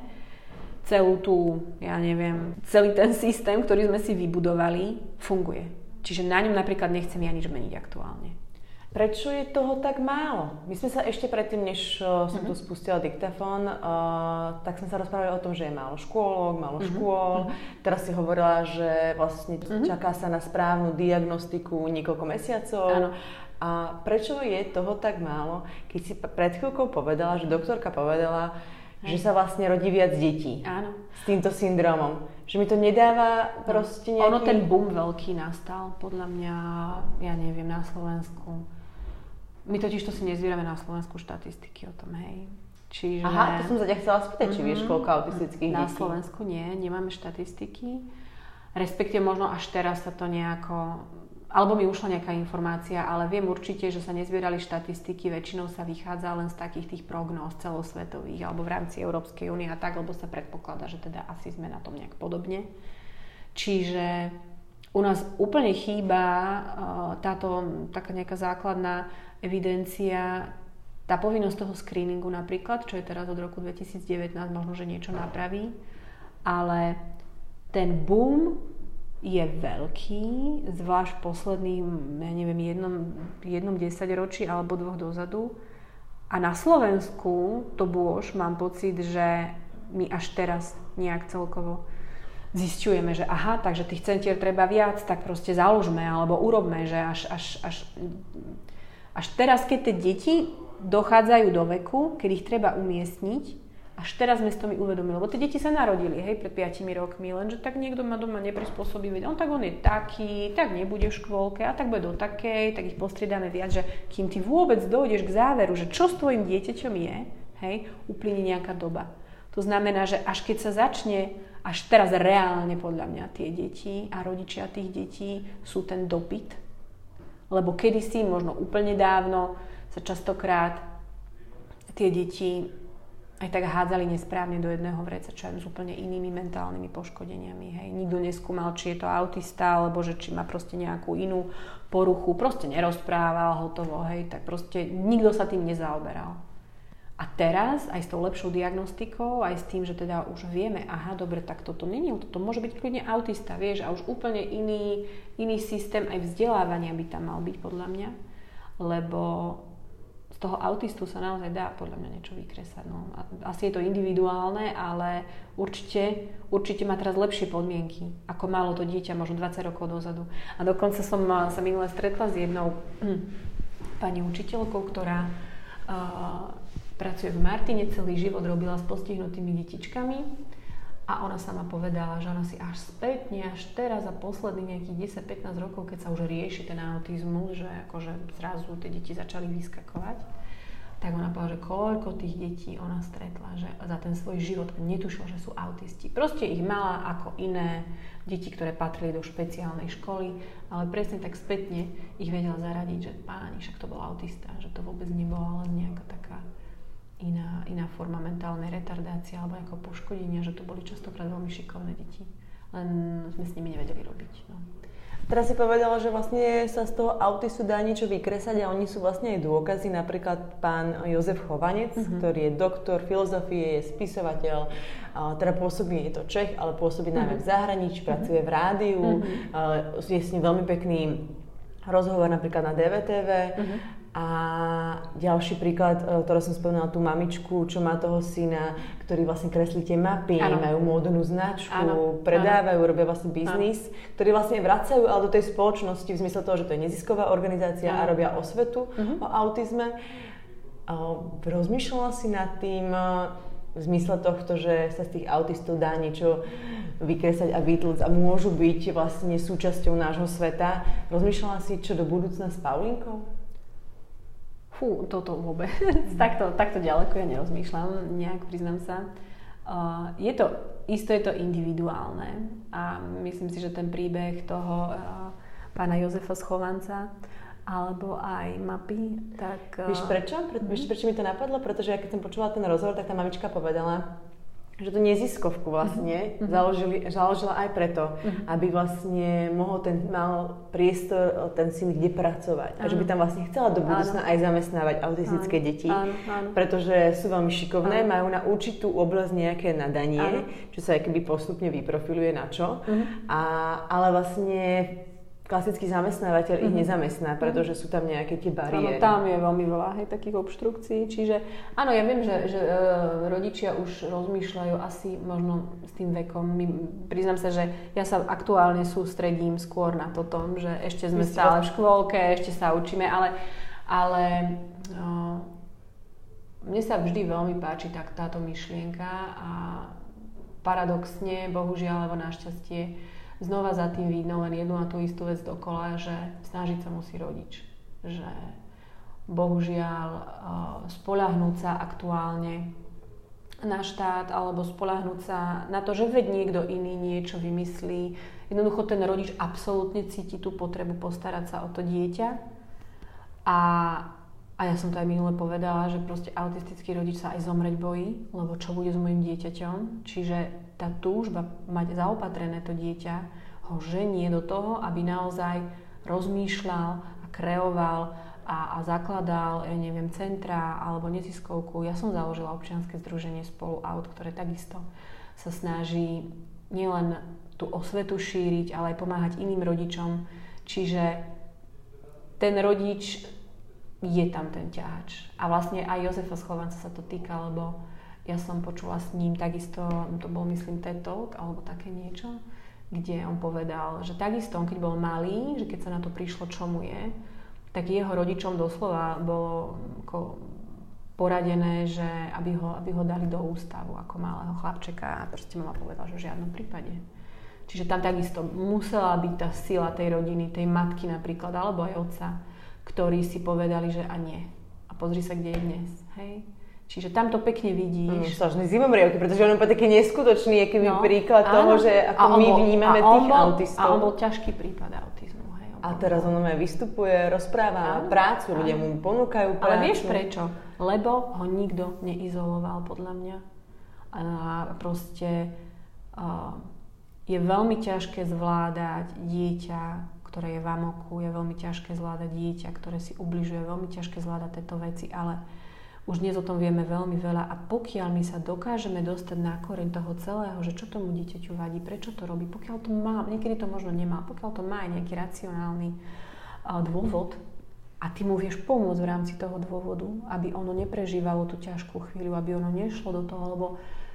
celý ten systém, ktorý sme si vybudovali, funguje. Čiže na ňom napríklad nechcem ja nič meniť aktuálne. Prečo je toho tak málo? My sme sa ešte predtým, než som tu spustila diktafón, tak sme sa rozprávali o tom, že je málo škôlok, málo škôl. Teraz si hovorila, že vlastne čaká sa na správnu diagnostiku niekoľko mesiacov. Áno. A prečo je toho tak málo, keď si pred chvíľkou povedala, že doktorka povedala, že sa vlastne rodí viac detí. Áno. S týmto syndromom. Že mi to nedáva proste nejaký... Ono ten boom veľký nastal, podľa mňa, ja neviem, na Slovensku. My totiž to si nezbierame na Slovensku štatistiky o tom, hej. Čiže... Aha, to som sa ťa chcela spýtať, či vieš, koľko autistických detí. Na Slovensku nemáme štatistiky. Respektíve možno až teraz sa to nejako... Alebo mi ušla nejaká informácia, ale viem určite, že sa nezbierali štatistiky, väčšinou sa vychádza len z takých tých prognóz celosvetových alebo v rámci Európskej únie a tak, lebo sa predpokladá, že teda asi sme na tom nejak podobne. Čiže u nás úplne chýba táto taká nejaká základná evidencia, tá povinnosť toho screeningu napríklad, čo je teraz od roku 2019, možno, že niečo napraví, ale ten boom je veľký, zvlášť v posledných, jednom desaťročí alebo 2 dozadu. A na Slovensku to bôž, mám pocit, že my až teraz nejak celkovo zisťujeme, že aha, takže tých centier treba viac, tak proste založme alebo urobme, že až teraz, keď tie deti dochádzajú do veku, keď ich treba umiestniť, Až teraz sme si to mi uvedomili, lebo tie deti sa narodili, hej, pred 5 rokmi, lenže tak niekto ma doma neprispôsobí, veď tak on je taký, tak nebude v škôlke a tak bude do takej, tak ich postriedáme viac, že kým ty vôbec dojdeš k záveru, že čo s tvojim dieťaťom je, hej, uplynie nejaká doba. To znamená, že až keď sa začne, až teraz reálne podľa mňa tie deti a rodičia tých detí sú ten dopyt, lebo kedysi, možno úplne dávno, sa častokrát tie deti aj tak hádzali nesprávne do jedného vreca, čo aj s úplne inými mentálnymi poškodeniami. Hej. Nikto neskúmal, či je to autista, alebo že či má proste nejakú inú poruchu. Proste nerozprával, hotovo, hej. Tak proste nikto sa tým nezaoberal. A teraz aj s tou lepšou diagnostikou, aj s tým, že teda už vieme, aha, dobre, tak toto není, toto môže byť kľudne autista, vieš, a už úplne iný systém aj vzdelávania by tam mal byť, podľa mňa. Lebo z toho autistu sa naozaj dá podľa mňa niečo vykresať. No. Asi je to individuálne, ale určite má teraz lepšie podmienky, ako malo to dieťa možno 20 rokov dozadu. A dokonca som sa minule stretla s jednou pani učiteľkou, ktorá pracuje v Martine, celý život robila s postihnutými detičkami. A ona sama povedala, že ona si až spätne, až teraz za posledných nejakých 10-15 rokov, keď sa už rieši ten autizmus, že akože zrazu tie deti začali vyskakovať, tak ona povedala, že koľko tých detí ona stretla, že za ten svoj život netušila, že sú autisti. Proste ich mala ako iné deti, ktoré patrili do špeciálnej školy, ale presne tak spätne ich vedela zaradiť, že páni, však to bol autista, že to vôbec nebola len nejaká taká iná forma mentálnej retardácie alebo ako poškodenia, že to boli častokrát veľmi šikovné deti. Len sme s nimi nevedeli robiť. No. Teraz si povedala, že vlastne sa z toho autistu dá niečo vykresať a oni sú vlastne aj dôkazy. Napríklad pán Jozef Chovanec, ktorý je doktor filozofie, je spisovateľ, teda pôsobí, je to Čech, ale pôsobí najmä v zahraničí, pracuje v rádiu, je s ním veľmi pekný rozhovor napríklad na DVTV. A ďalší príklad, ktorý som spomínala, tú mamičku, čo má toho syna, ktorý vlastne kreslí tie mapy, majú módnu značku, predávajú, robia vlastne biznis, ktorí vlastne vracajú ale do tej spoločnosti v zmysle toho, že to je nezisková organizácia a robia osvetu o autizme. Rozmýšľala si nad tým v zmysle tohto, že sa z tých autistov dá niečo vykresať a vytlcť a môžu byť vlastne súčasťou nášho sveta. Rozmýšľala si, čo do budúcna s Paulinkou? Toto vôbec. takto ďaleko ja nerozmýšľam, nejak priznám sa. Je to individuálne a myslím si, že ten príbeh toho pána Jozefa Schovanca alebo aj mapy, tak... Vieš prečo? Vieš, prečo mi to napadlo? Pretože ja keď som počula ten rozhovor, tak tá mamička povedala, že to neziskovku vlastne založila aj preto, aby vlastne mal priestor ten syn kde pracovať. A že by tam vlastne chcela do budúcna aj zamestnávať autistické deti, pretože sú veľmi šikovné, majú na určitú oblasť nejaké nadanie, čo sa aj keby postupne vyprofiluje na čo. Ale vlastne klasický zamestnávateľ ich nezamestná, pretože sú tam nejaké tie bariéry. Áno, tam je veľmi veľa takých obštrukcií. Čiže áno, ja viem, že rodičia už rozmýšľajú asi možno s tým vekom. Priznám sa, že ja sa aktuálne sústredím skôr na toto, že ešte sme stále v škôlke, ešte sa učíme, ale mne sa vždy veľmi páči táto myšlienka a paradoxne, bohužiaľ, alebo našťastie, znova za tým vidno len jednu a tú istú vec dokola, že snažiť sa musí rodič. Že bohužiaľ spoľahnúť sa aktuálne na štát alebo spoľahnúť sa na to, že veď niekto iný niečo vymyslí. Jednoducho ten rodič absolútne cíti tú potrebu postarať sa o to dieťa. A ja som to aj minule povedala, že proste autistický rodič sa aj zomreť bojí, lebo čo bude s mojím dieťaťom. Čiže tá túžba mať zaopatrené to dieťa ho ženie do toho, aby naozaj rozmýšľal a kreoval a zakladal, ja neviem, centra alebo neziskovku. Ja som založila občianske združenie Spolu Aut, ktoré takisto sa snaží nielen tú osvetu šíriť, ale aj pomáhať iným rodičom. Čiže ten rodič je tam ten ťahač. A vlastne aj Jozefa Schovanca sa to týka, lebo ja som počula s ním takisto, to bol myslím TED Talk alebo také niečo, kde on povedal, že takisto on keď bol malý, že keď sa na to prišlo, čo mu je, tak jeho rodičom doslova bolo ako poradené, že aby ho dali do ústavu ako malého chlapčeka a proste mama povedala, že v žiadnom prípade. Čiže tam takisto musela byť tá sila tej rodiny, tej matky napríklad, alebo aj otca, ktorí si povedali, že a nie. A pozri sa, kde je dnes, hej. Čiže tam to pekne vidíš. Slažný zimomrievky, pretože on je taký neskutočný, aký príklad toho, že ako my vnímame tých autistov. A on bol ťažký prípad autizmu. Hej, a teraz on vystupuje, rozpráva prácu, ľudia mu ponúkajú prácu. Ale vieš prečo? Lebo ho nikto neizoloval, podľa mňa. A proste je veľmi ťažké zvládať dieťa, ktoré je v amoku, je veľmi ťažké zvládať dieťa, ktoré si ubližuje, veľmi ťažké zvládať tieto veci, ale už dnes o tom vieme veľmi veľa a pokiaľ my sa dokážeme dostať na koreň toho celého, že čo tomu dieťaťu vadí, prečo to robí, pokiaľ to má, niekedy to možno nemá, pokiaľ to má aj nejaký racionálny dôvod a ty mu vieš pomôcť v rámci toho dôvodu, aby ono neprežívalo tú ťažkú chvíľu, aby ono nešlo do toho, lebo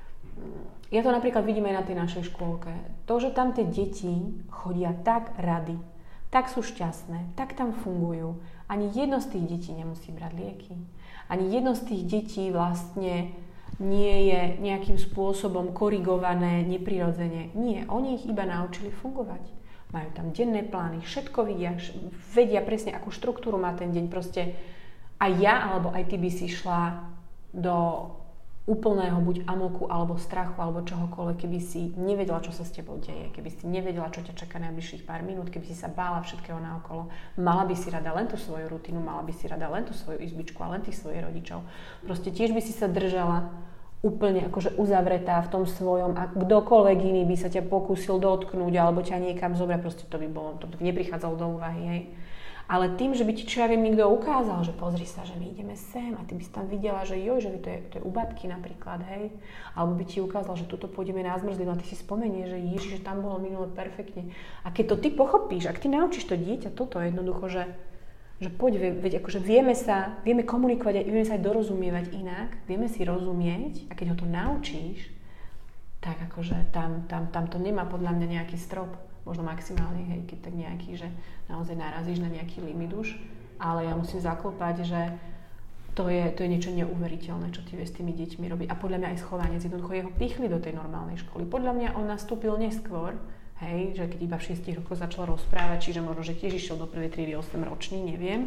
ja to napríklad vidím aj na tej našej škôlke. To, že tam tie deti chodia tak rady, tak sú šťastné, tak tam fungujú, ani jedno z tých detí nemusí brať lieky. Ani jedno z tých detí vlastne nie je nejakým spôsobom korigované neprirodzene. Nie, oni ich iba naučili fungovať. Majú tam denné plány, všetko vedia presne, akú štruktúru má ten deň. Proste aj ja, alebo aj ty by si šla do úplného buď amoku, alebo strachu, alebo čohokoľvek, keby si nevedela, čo sa s tebou deje, keby si nevedela, čo ťa čaká najbližších pár minút, keby si sa bála všetkého naokolo. Mala by si rada len tú svoju rutinu, mala by si rada len tú svoju izbičku a len tých svojich rodičov. Proste tiež by si sa držala úplne akože uzavretá v tom svojom a kdokoľvek iný by sa ťa pokúsil dotknúť alebo ťa niekam zobrať, proste to by neprichádzalo do úvahy, hej. Ale tým, že by ti, čo ja viem, niekto ukázal, že pozri sa, že my ideme sem a ty by si tam videla, že joj, že to je u babky napríklad, hej. Alebo by ti ukázal, že tuto pôjdeme na zmrzlinu a ty si spomenieš, že Ježiš, že tam bolo minule perfektne. A keď to ty pochopíš, ak ty naučíš to dieťa toto jednoducho, že poď, veď akože vieme komunikovať a vieme sa aj dorozumievať inak, vieme si rozumieť a keď ho to naučíš, tak akože tam to nemá podľa mňa nejaký strop. Možno maximálne, hej, keď tak nejaký, že naozaj narazíš na nejaký limit už, ale ja musím zaklopať, že to je niečo neuveriteľné, čo ty vieš s tými deťmi robiť. A podľa mňa aj schovanie, jednoducho jeho pichli do tej normálnej školy. Podľa mňa on nastúpil neskôr, hej, že keď iba v 6 rokoch začal rozprávať, čiže možno, že tiež išiel do prvej triedy 8 ročný, neviem.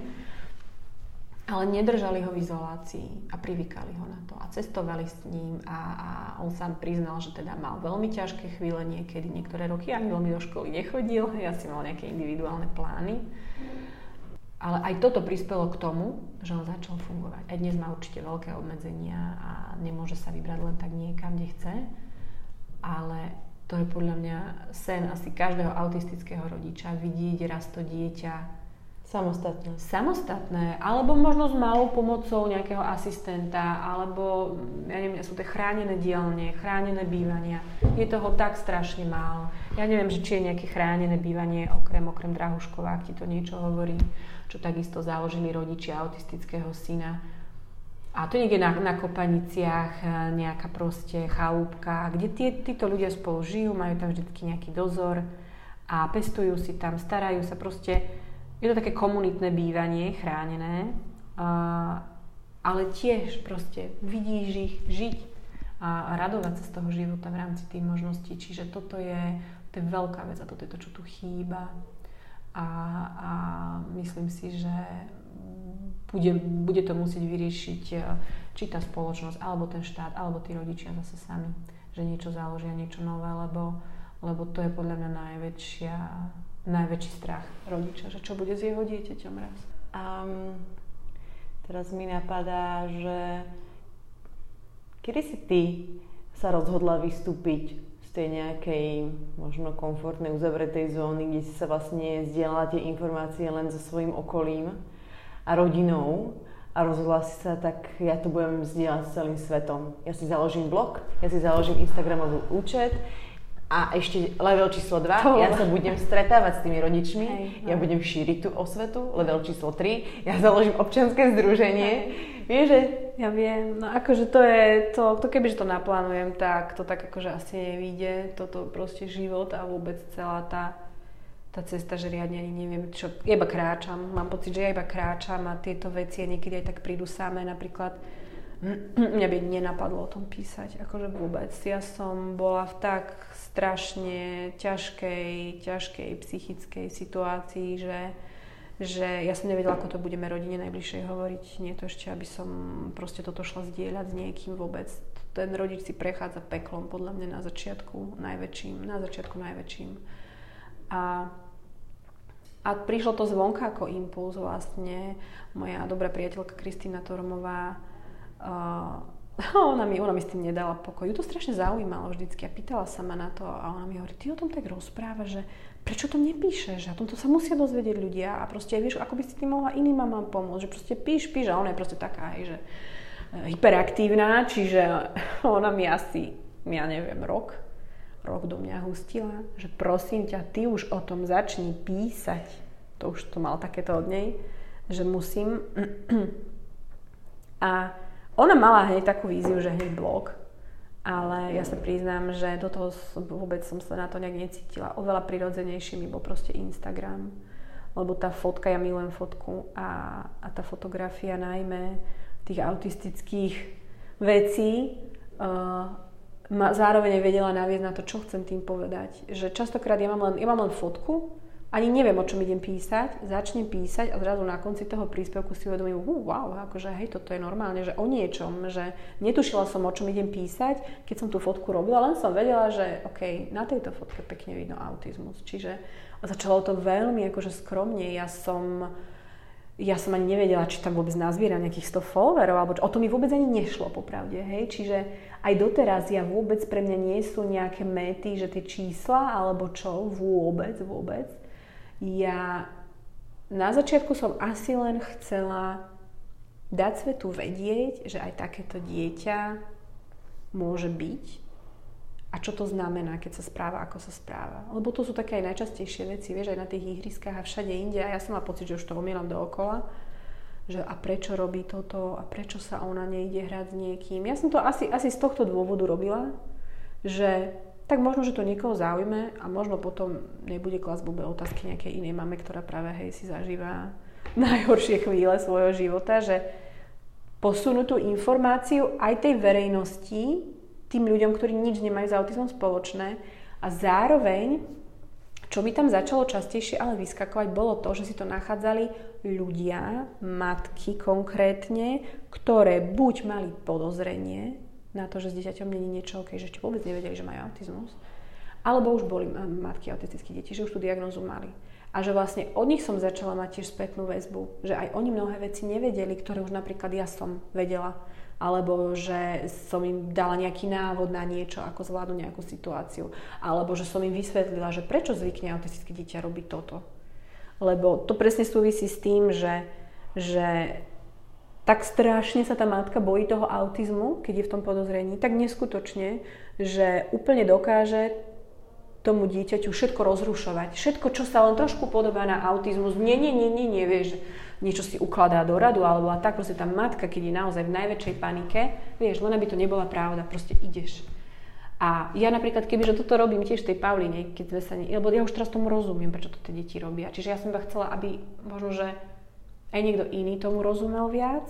Ale nedržali ho v izolácii a privykali ho na to a cestovali s ním a on sám priznal, že teda mal veľmi ťažké chvíle niekedy, niektoré roky ani veľmi do školy nechodil, ja si mal nejaké individuálne plány. Ale aj toto prispelo k tomu, že on začal fungovať. Aj dnes má určite veľké obmedzenia a nemôže sa vybrať len tak niekam, kde chce, ale to je podľa mňa sen asi každého autistického rodiča, vidieť raz to dieťa samostatné, alebo možno s malou pomocou nejakého asistenta, alebo ja neviem, sú to chránené dielne, chránené bývania. Je toho tak strašne málo. Ja neviem, že či je nejaké chránené bývanie okrem Drahuškova, ak ti to niečo hovorí, čo takisto založili rodičia autistického syna. A to niekde na Kopaniciach, nejaká proste chalúbka, kde títo ľudia spolu žijú, majú tam vždycky nejaký dozor a pestujú si tam, starajú sa proste. Je to také komunitné bývanie, chránené, ale tiež proste vidíš ich žiť a radovať sa z toho života v rámci tých možností. Čiže toto je veľká vec a toto je to, čo tu chýba. A myslím si, že bude to musieť vyriešiť či tá spoločnosť, alebo ten štát, alebo tí rodičia zase sami, že niečo založia, niečo nové, lebo to je podľa mňa najväčší strach rodiča, že čo bude s jeho dieťaťom raz. Teraz mi napadá, že kedy si ty sa rozhodla vystúpiť z tej nejakej možno komfortnej, uzavretej zóny, kde si sa vlastne zdieľala tie informácie len so svojím okolím a rodinou a rozhodla si sa, tak ja to budem zdieľať s celým svetom. Ja si založím blog, ja si založím Instagramový účet, a ešte level číslo 2, ja sa budem stretávať s tými rodičmi, ja budem šíriť tú osvetu, level číslo 3, ja založím občianske združenie. Vieš, že... Ja viem, no akože to kebyže to naplánujem, tak to tak akože asi nevyjde, toto proste život a vôbec celá tá cesta, že riadne ani neviem, čo, iba kráčam, mám pocit, že ja iba kráčam a tieto veci niekedy aj tak prídu samé, napríklad mňa by nenapadlo o tom písať, akože vôbec. Ja som bola v tak strašne ťažkej psychickej situácii, že ja som nevedela, ako to budeme rodine najbližšej hovoriť. Nie to ešte, aby som proste toto šla zdieľať s niekým vôbec. Ten rodič si prechádza peklom, podľa mňa na začiatku najväčším. A prišlo to zvonka ako impuls vlastne. Moja dobrá priateľka Kristína Tormová, ona mi s tým nedala pokoj. Ju to strašne zaujímalo vždycky a pýtala sa ma na to a ona mi hovorí, ty o tom tak rozprávaš, že prečo to nepíšeš? A tomto sa musia dozvedieť ľudia a proste vieš, ako by si ty mohla iným mamám pomôcť, že proste píš a ona je proste taká, že hyperaktívna, čiže ona mi asi, ja neviem, rok do mňa hustila, že prosím ťa, ty už o tom začni písať. To už to mal takéto od nej, že musím. A ona mala hneď takú víziu, že hneď blog, ale ja sa priznám, že do toho vôbec som sa na to nejak necítila. Oveľa prirodzenejší mi bol proste Instagram, lebo tá fotka, ja milujem fotku a tá fotografia najmä tých autistických vecí ma zároveň vedela naviesť na to, čo chcem tým povedať. Že častokrát ja mám len fotku, ani neviem, o čom idem písať, začnem písať a zrazu na konci toho príspevku si uvedomím, wow, akože hej, toto je normálne, že o niečom, že netušila som, o čom idem písať, keď som tú fotku robila, len som vedela, že OK, na tejto fotke pekne vidno autizmus. Čiže začalo to veľmi akože skromne, ja som ani nevedela, či tam vôbec nazbieram nejakých 100 followerov, alebo o to mi vôbec ani nešlo, popravde, hej. Čiže aj doteraz vôbec pre mňa nie sú nejaké méty, že tie čísla, alebo čo, vôbec. Ja na začiatku som asi len chcela dať svetu vedieť, že aj takéto dieťa môže byť a čo to znamená, keď sa správa, ako sa správa. Lebo to sú také aj najčastejšie veci, vieš, aj na tých ihriskách a všade inde. A ja som mala pocit, že už to omielam dookola. Že a prečo robí toto? A prečo sa ona nejde hrať s niekým? Ja som to asi z tohto dôvodu robila, že tak možno, že to niekoho zaujme a možno potom nebude klasť blbé otázky nejakej inej mame, ktorá práve si zažíva najhoršie chvíle svojho života, že posunú tú informáciu aj tej verejnosti, tým ľuďom, ktorí nič nemajú s autizmom spoločné a zároveň, čo mi tam začalo častejšie ale vyskakovať, bolo to, že si to nachádzali ľudia, matky konkrétne, ktoré buď mali podozrenie na to, že s dieťaťom nie je niečo OK, že ešte vôbec nevedeli, že majú autizmus, alebo už boli matky autistických detí, že už tú diagnózu mali. A že vlastne od nich som začala mať tiež spätnú väzbu, že aj oni mnohé veci nevedeli, ktoré už napríklad ja som vedela. Alebo že som im dala nejaký návod na niečo, ako zvládnuť nejakú situáciu. Alebo že som im vysvetlila, že prečo zvykne autistické dieťa robiť toto. Lebo to presne súvisí s tým, že tak strašne sa tá matka bojí toho autizmu, keď je v tom podozrení, tak neskutočne, že úplne dokáže tomu dieťaťu všetko rozrušovať. Všetko, čo sa len trošku podobá na autizmus. Nie, vieš, niečo si ukladá do radu, alebo a tak proste tá matka, keď je naozaj v najväčšej panike, vieš, len aby to nebola pravda, proste ideš. A ja napríklad, kebyže toto robím tiež tej Pauline, keď sme sa lebo ja už teraz tomu rozumiem, prečo to tie deti robia. Čiže ja som iba chcela, aby možno, že aj niekto iný tomu rozumel viac,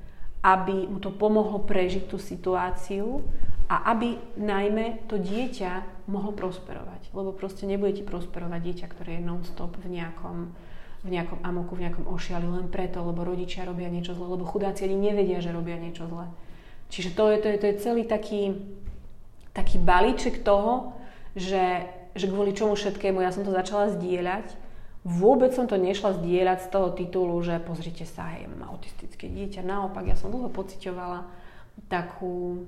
aby mu to pomohlo prežiť tú situáciu a aby najmä to dieťa mohlo prosperovať. Lebo proste nebude ti prosperovať dieťa, ktoré je non-stop v nejakom amoku, v nejakom ošiali len preto, lebo rodičia robia niečo zle, lebo chudáci ani nevedia, že robia niečo zle. Čiže to je celý taký balíček toho, že kvôli čomu všetkému ja som to začala zdieľať. Vôbec som to nešla zdieľať z toho titulu, že pozrite sa, hej, mám autistické dieťa. Naopak, ja som dlho pociťovala takú,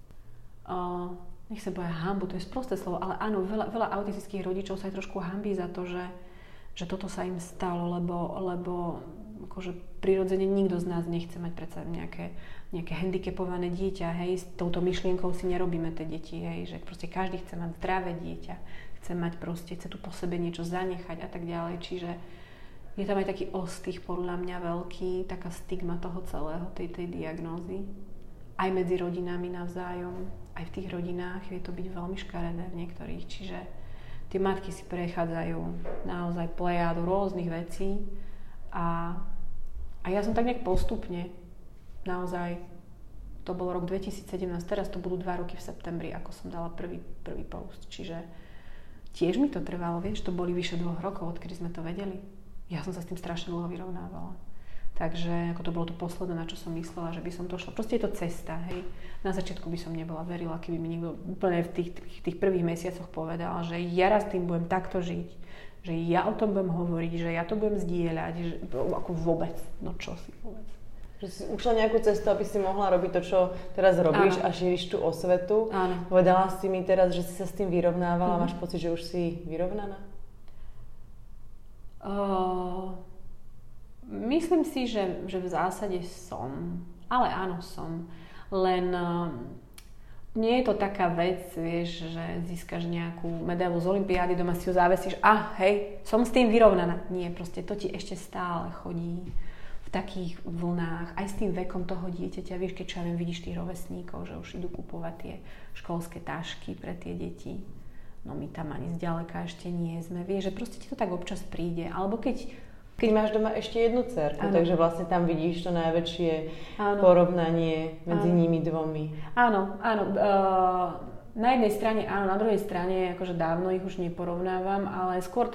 nechcem povedať hanbu, to je sprosté slovo, ale áno, veľa autistických rodičov sa aj trošku hanbí za to, že toto sa im stalo, lebo akože prirodzene nikto z nás nechce mať predsa nejaké handicapované dieťa, hej, s touto myšlienkou si nerobíme tie deti, hej, že proste každý chce mať zdravé dieťa. Chce tu po sebe niečo zanechať a tak ďalej. Čiže je tam aj taký ostých podľa mňa veľký, taká stigma toho celého, tej diagnózy. Aj medzi rodinami navzájom, aj v tých rodinách vie to byť veľmi škaredé v niektorých. Čiže tie matky si prechádzajú naozaj plejádu rôznych vecí a ja som tak nejak postupne naozaj To bol rok 2017, teraz to budú 2 roky v septembri, ako som dala prvý post. Čiže tiež mi to trvalo, vieš, to boli vyše 2 rokov, odkedy sme to vedeli. Ja som sa s tým strašne dlho vyrovnávala. Takže ako to bolo to posledné, na čo som myslela, že by som to šla. Proste je to cesta, hej. Na začiatku by som nebola verila, keby mi niekto úplne v tých prvých mesiacoch povedal, že ja raz tým budem takto žiť, že ja o tom budem hovoriť, že ja to budem zdieľať, že ako vôbec, no čo si vôbec. Že si ušla nejakú cestu, aby si mohla robiť to, čo teraz robíš a šíriš tú osvetu. Áno. Povedala si mi teraz, že si sa s tým vyrovnávala. Máš pocit, že už si vyrovnaná? Myslím si, že v zásade som. Ale áno, som. Len nie je to taká vec, vieš, že získaš nejakú medailu z olympiády, doma si ju závesíš a hej, som s tým vyrovnaná. Nie, proste to ti ešte stále chodí v takých vlnách. Aj s tým vekom toho dieťaťa, vieš, keď čo ja viem, vidíš tých rovesníkov, že už idú kupovať tie školské tašky pre tie deti. No my tam ani zďaleka ešte nie sme. Vieš, že proste ti to tak občas príde. Alebo keď máš doma ešte jednu dcerku, takže vlastne tam vidíš to najväčšie porovnanie medzi nimi dvomi. Áno. Na jednej strane áno, na druhej strane akože dávno ich už neporovnávam, ale skôr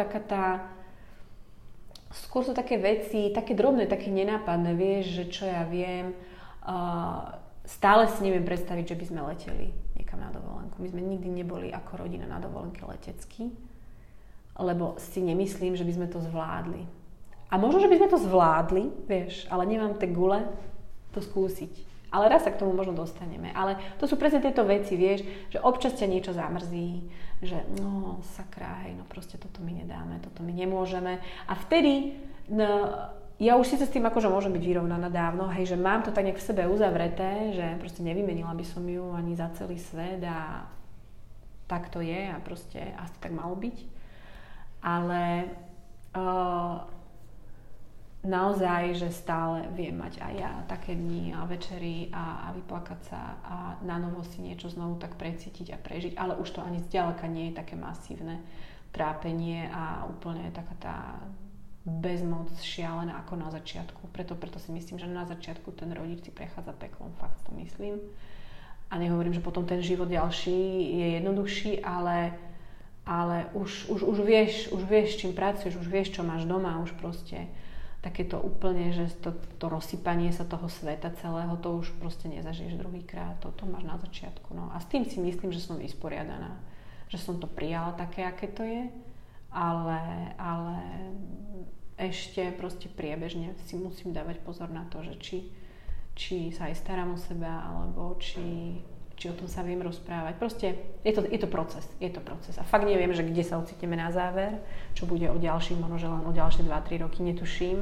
sú také veci, také drobné, také nenápadné, vieš, že čo ja viem, stále si neviem predstaviť, že by sme leteli niekam na dovolenku. My sme nikdy neboli ako rodina na dovolenke letecky, lebo si nemyslím, že by sme to zvládli. A možno, že by sme to zvládli, vieš, ale nemám tie gule to skúsiť. Ale raz sa k tomu možno dostaneme. Ale to sú presne tieto veci, vieš, že občas ťa niečo zamrzí, že no sakra, hej, no proste toto my nedáme, toto my nemôžeme. A vtedy, ja už síce s tým akože môžem byť vyrovnaná dávno, hej, že mám to tak nejak v sebe uzavreté, že proste nevymenila by som ju ani za celý svet a tak to je a proste asi tak malo byť. Ale naozaj, že stále viem mať aj ja také dni a večery a vyplakať sa a na novo si niečo znovu tak precítiť a prežiť, ale už to ani zďaleka nie je také masívne trápenie a úplne taká tá bezmoc šialená ako na začiatku. Preto si myslím, že na začiatku ten rodič si prechádza peklom, fakt to myslím. A nehovorím, že potom ten život ďalší je jednoduchší, ale už vieš, čím pracuješ, už vieš, čo máš doma, už proste takéto úplne, že to rozsypanie sa toho sveta celého, to už proste nezažiješ druhýkrát, to máš na začiatku. No. A s tým si myslím, že som vysporiadaná, že som to prijala také, aké to je, ale ešte proste priebežne si musím dávať pozor na to, že či sa aj starám o seba, alebo či o tom sa viem rozprávať. Proste je to proces. A fakt neviem, že kde sa ocitneme na záver, čo bude o ďalších, možno že len o ďalšie 2-3 roky, netuším.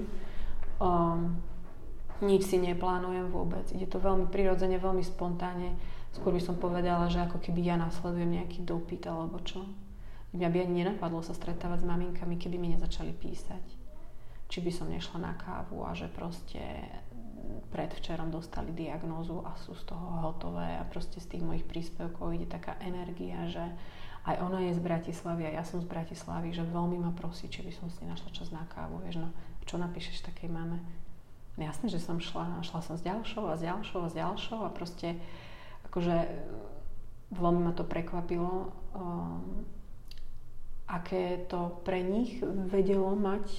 Nič si neplánujem vôbec. Ide to veľmi prirodzene, veľmi spontánne. Skôr by som povedala, že ako keby ja nasledujem nejaký dopyt alebo čo. Mňa by ani nenapadlo sa stretávať s maminkami, keby mi nezačali písať. Či by som nešla na kávu a že proste predvčerom dostali diagnózu a sú z toho hotové a proste z tých mojich príspevkov ide taká energia, že aj ona je z Bratislavy a ja som z Bratislavy, že veľmi ma prosí, či by som si našla čas na kávu, vieš, no, čo napíšeš takej mame? Jasné, že som šla som s ďalšou a proste akože veľmi ma to prekvapilo, aké to pre nich vedelo mať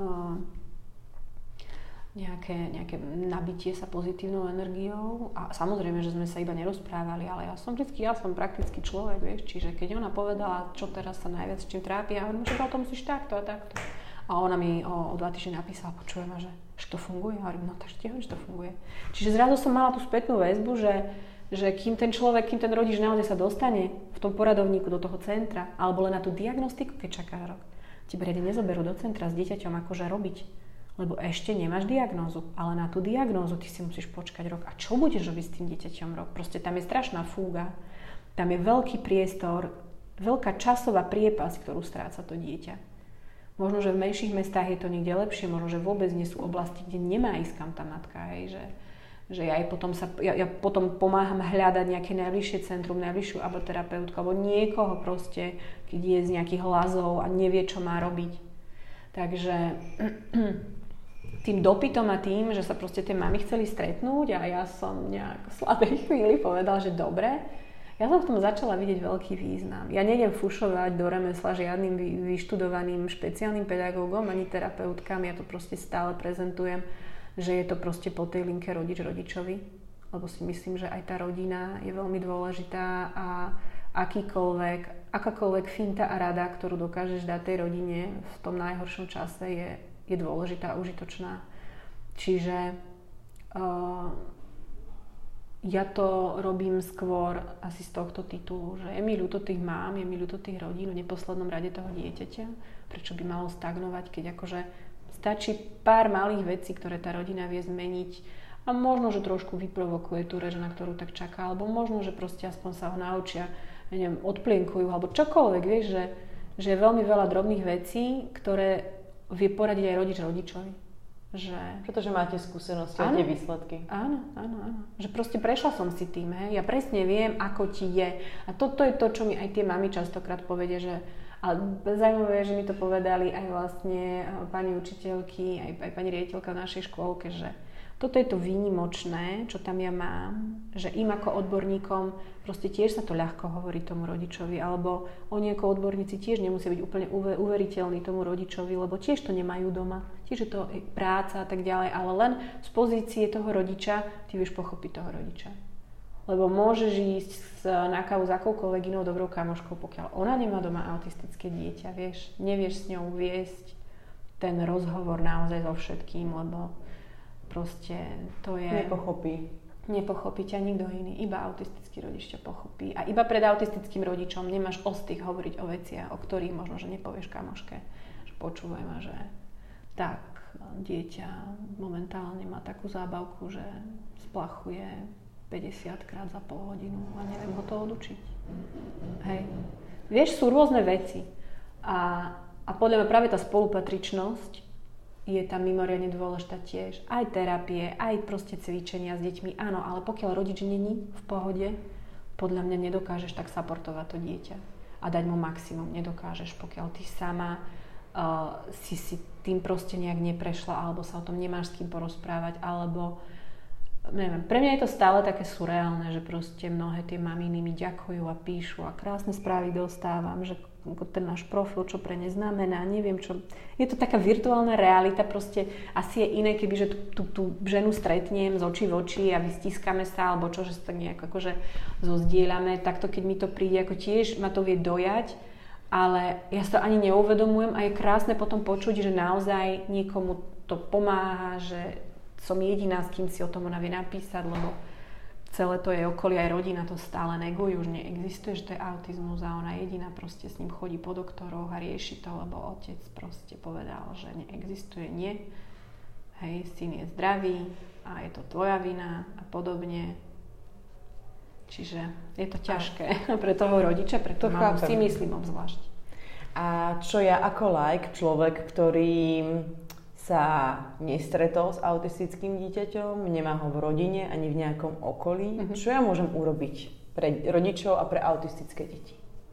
nejaké nabitie sa pozitívnou energiou a samozrejme, že sme sa iba nerozprávali, ale ja som praktický človek, vieš, čiže keď ona povedala, čo teraz sa najviac s čím trápi, ja hovorím, že to musíš takto a takto. A ona mi o 2 týždne napísala, počujem, že to funguje. A hovorím, no takže ti hovorím, že to funguje. Čiže zrazu som mala tú spätnú väzbu, že kým ten rodič naozaj sa dostane v tom poradovníku do toho centra, alebo len na tú diagnostiku, keď čaká rok, ti riadne nezoberú do centra s dieťaťom akože robiť. Lebo ešte nemáš diagnózu, ale na tú diagnózu ty si musíš počkať rok. A čo budeš robiť s tým dieťaťom rok? Proste tam je strašná fúga, tam je veľký priestor, veľká časová priepasť, ktorú stráca to dieťa. Možno, že v menších mestách je to niekde lepšie, možno, že vôbec nie sú oblasti, kde nemá ísť kam tá matka, hej, že ja potom pomáham hľadať nejaké najbližšie centrum, najbližšiu aboterapeutku, alebo niekoho proste, keď je z nejakých hlazov a nevie, čo má robiť. Takže tým dopytom a tým, že sa proste tie mami chceli stretnúť a ja som nejak v slabej chvíli povedal, že dobre. Ja som v tom začala vidieť veľký význam. Ja nejdem fušovať do remesla žiadnym vyštudovaným špeciálnym pedagógom ani terapeutkám. Ja to proste stále prezentujem, že je to proste po tej linke rodič rodičovi. Lebo si myslím, že aj tá rodina je veľmi dôležitá a akákoľvek finta a rada, ktorú dokážeš dať tej rodine v tom najhoršom čase je dôležitá a užitočná. Čiže ja to robím skôr asi z tohto titulu, že je mi ľúto tých mám, je mi ľúto tých rodín, v neposlednom rade toho dieťaťa. Prečo by malo stagnovať, keď akože stačí pár malých vecí, ktoré tá rodina vie zmeniť a možno, že trošku vyprovokuje tú reč, na ktorú tak čaká, alebo možno, že proste aspoň sa ho naučia, neviem, odplienkujú, alebo čokoľvek, vieš, že je veľmi veľa drobných vecí, ktoré vie poradiť aj rodič rodičovi. Pretože máte skúsenosti a tie výsledky. Áno. Že proste prešla som si tým, hej. Ja presne viem, ako ti je. A toto je to, čo mi aj tie mami častokrát povedia, že ale zaujímavé je, že mi to povedali aj vlastne pani učiteľky, aj pani riaditeľka v našej škôlke, že toto je to výnimočné, čo tam ja mám, že im ako odborníkom proste tiež sa to ľahko hovorí tomu rodičovi, alebo oni ako odborníci tiež nemusia byť úplne uveriteľní tomu rodičovi, lebo tiež to nemajú doma, tiež je to práca a tak ďalej, ale len z pozície toho rodiča ty vieš pochopiť toho rodiča. Lebo môžeš ísť na kávu s akoukoľvek inou dobrou kamoškou, pokiaľ ona nemá doma autistické dieťa, vieš, nevieš s ňou viesť ten rozhovor naozaj so všetkým, lebo proste to je... Nepochopí ťa nikto iný, iba autistický rodič ťa pochopí. A iba pred autistickým rodičom nemáš ostých hovoriť o veciach, o ktorých možno, že nepovieš kamoške. Že počúvaj ma, že tak, dieťa momentálne má takú zábavku, že splachuje 50 krát za pol hodinu a neviem ho to odučiť. Hej. Vieš, sú rôzne veci. A podľa mňa práve tá spolupatričnosť je tam mimoriadne dôležitá tiež. Aj terapie, aj proste cvičenia s deťmi. Áno, ale pokiaľ rodič není v pohode, podľa mňa nedokážeš tak supportovať to dieťa a dať mu maximum. Nedokážeš, pokiaľ ty sama si tým proste nejak neprešla, alebo sa o tom nemáš s kým porozprávať, alebo neviem, pre mňa je to stále také surreálne, že proste mnohé tie maminy mi ďakujú a píšu a krásne správy dostávam, že ten náš profil, čo pre ne znamená, neviem čo. Je to taká virtuálna realita, proste asi je iné, kebyže tú ženu stretnem z očí v oči a vystískame sa, alebo čo, že sa tak nejako akože zozdieľame, takto keď mi to príde, ako tiež ma to vie dojať, ale ja sa to ani neuvedomujem a je krásne potom počuť, že naozaj niekomu to pomáha, že som jediná, s kým si o tom ona vie napísať, lebo celé to je okolie, aj rodina to stále negujú, už neexistuje, že to je autizmus a ona jediná proste s ním chodí po doktoroch a rieši to, lebo otec proste povedal, že neexistuje, nie. Hej, syn je zdravý a je to tvoja vina a podobne. Čiže je to ťažké pre toho rodiča, pre tú mamu si myslím obzvlášť. A čo ja ako človek, ktorý sa nestretol s autistickým dieťaťom, nemá ho v rodine ani v nejakom okolí. Čo ja môžem urobiť pre rodičov a pre autistické deti?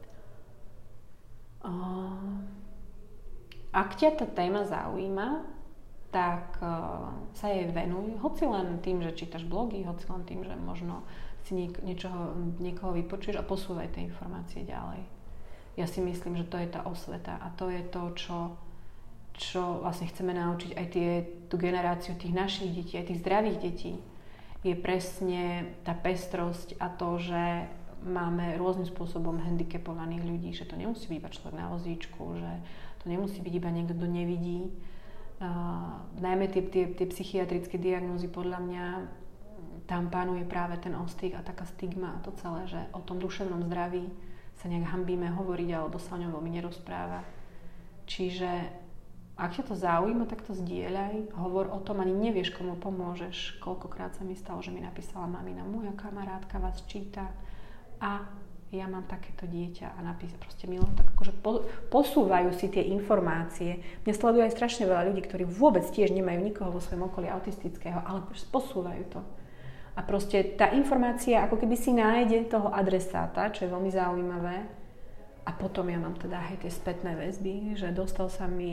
Ak ťa tá téma zaujíma, tak sa jej venuj. Hoci len tým, že čítaš blogy, hoci len tým, že možno si niekoho vypočuješ a posúvaj tie informácie ďalej. Ja si myslím, že to je tá osveta a to je to, čo vlastne chceme naučiť aj tú generáciu tých našich detí, aj tých zdravých detí, je presne tá pestrosť a to, že máme rôznym spôsobom handicapovaných ľudí, že to nemusí byť iba človek na vozíčku, že to nemusí byť iba niekto, kto nevidí. Najmä tie psychiatrické diagnózy, podľa mňa, tam panuje práve ten ostých a taká stigma a to celé, že o tom duševnom zdraví sa nejak hanbíme hovoriť alebo sa o ňom veľmi nerozpráva. Čiže ak ťa to zaujíma, tak to zdieľaj, hovor o tom, ani nevieš, komu pomôžeš. Koľkokrát sa mi stalo, že mi napísala mamina, moja kamarátka vás číta a ja mám takéto dieťa a napísa proste milo, tak akože posúvajú si tie informácie. Mňa sleduje aj strašne veľa ľudí, ktorí vôbec tiež nemajú nikoho vo svojom okolí autistického, ale posúvajú to. A proste tá informácia, ako keby si nájde toho adresáta, čo je veľmi zaujímavé. A potom ja mám teda tie spätné väzby, že dostal sa mi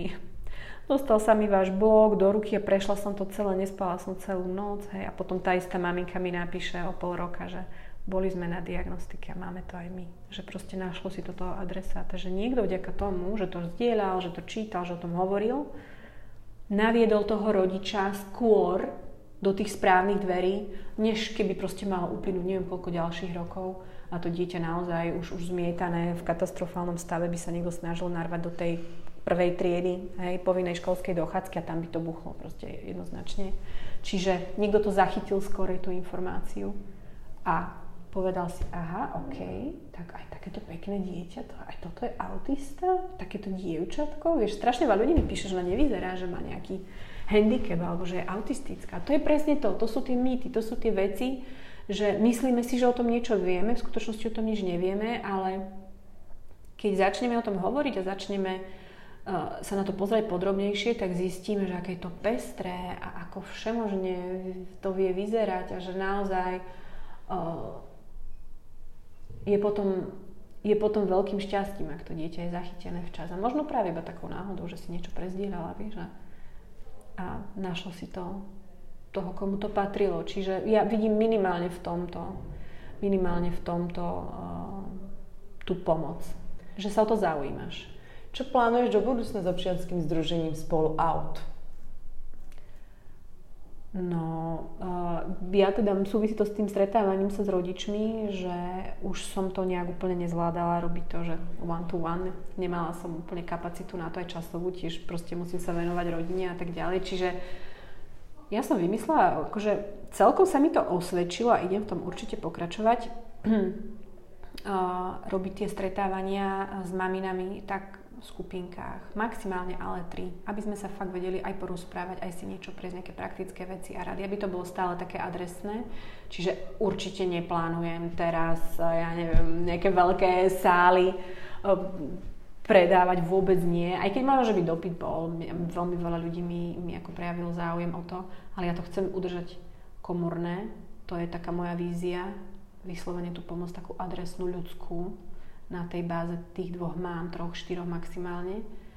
Dostal sa mi váš blog do ruky a prešla som to celé, nespala som celú noc, hej, a potom tá istá maminka mi napíše o pol roka, že boli sme na diagnostike a máme to aj my. Že proste našlo si to toho adresáta, že niekto vďaka tomu, že to zdieľal, že to čítal, že o tom hovoril, naviedol toho rodiča skôr do tých správnych dverí, než keby proste malo uplynúť neviem koľko ďalších rokov a to dieťa naozaj už zmietané v katastrofálnom stave by sa niekto snažil narvať do tej prvej triedy, hej, povinnej školskej dochádzky a tam by to buchlo proste jednoznačne. Čiže niekto to zachytil skôr tú informáciu a povedal si, aha, OK, tak aj takéto pekné dieťa, aj toto je autista, takéto dievčatko, vieš, strašne veľa ľudí mi píše, že ona nevyzerá, že má nejaký handicap alebo že je autistická. To je presne to sú tie mýty, to sú tie veci, že myslíme si, že o tom niečo vieme, v skutočnosti o tom nič nevieme, ale keď začneme o tom hovoriť a začneme sa na to pozrieť podrobnejšie, tak zistíme, že aké je to pestré a ako všemožne to vie vyzerať a že naozaj je potom veľkým šťastím, ak to dieťa je zachytené včas. A možno práve iba takou náhodou, že si niečo prezdielala, vieš, a našlo si to toho, komu to patrilo. Čiže ja vidím minimálne v tomto tú pomoc. Že sa o to zaujímaš. Čo plánuješ do budúcna s občianskym združením Spolu Out? No, ja teda súvisí to s tým stretávaním sa s rodičmi, že už som to nejak úplne nezvládala robiť to, že one to one. Nemala som úplne kapacitu na to aj časovú, tiež proste musím sa venovať rodine a tak ďalej. Čiže ja som vymyslela, akože celkom sa mi to osvedčilo a idem v tom určite pokračovať. Robiť tie stretávania s maminami tak v skupinkách, maximálne ale 3, aby sme sa fakt vedeli aj porozprávať, aj si niečo prejsť, nejaké praktické veci a rady, aby to bolo stále také adresné. Čiže určite neplánujem teraz, ja neviem, nejaké veľké sály predávať, vôbec nie. Aj keď možno, že by dopyt bol, veľmi veľa ľudí mi ako prejavilo záujem o to, ale ja to chcem udržať komorné, to je taká moja vízia, vyslovene tú pomoc takú adresnú, ľudskú, na tej báze tých 2 mám, 3, 4 maximálne.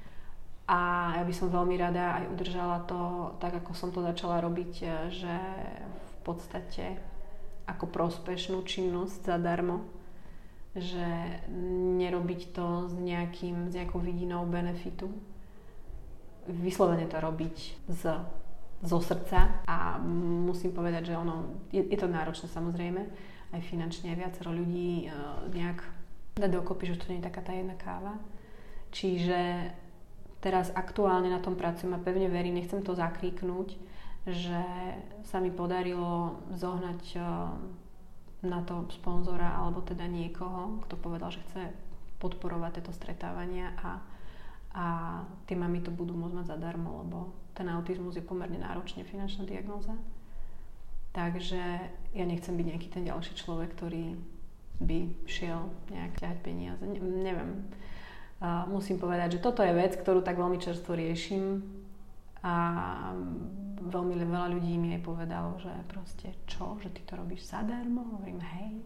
A ja by som veľmi rada aj udržala to, tak ako som to začala robiť, že v podstate ako prospešnú činnosť zadarmo, že nerobiť to s nejakou vidinou benefitu. Vyslovene to robiť zo srdca a musím povedať, že je to náročné samozrejme, aj finančne, aj viacero ľudí nejak dať dokopy, že to nie je taká tá jedna káva. Čiže teraz aktuálne na tom pracujem a pevne verím, nechcem to zakríknúť, že sa mi podarilo zohnať na to sponzora alebo teda niekoho, kto povedal, že chce podporovať tieto stretávania a tie mami to budú môcť mať zadarmo, lebo ten autizmus je pomerne náročne finančná diagnóza. Takže ja nechcem byť nejaký ten ďalší človek, ktorý by šiel nejak ťahať peniaze. Neviem. Musím povedať, že toto je vec, ktorú tak veľmi čerstvo riešim a veľmi veľa ľudí mi aj povedalo, že proste čo, že ty to robíš zadarmo? Hovorím, hej.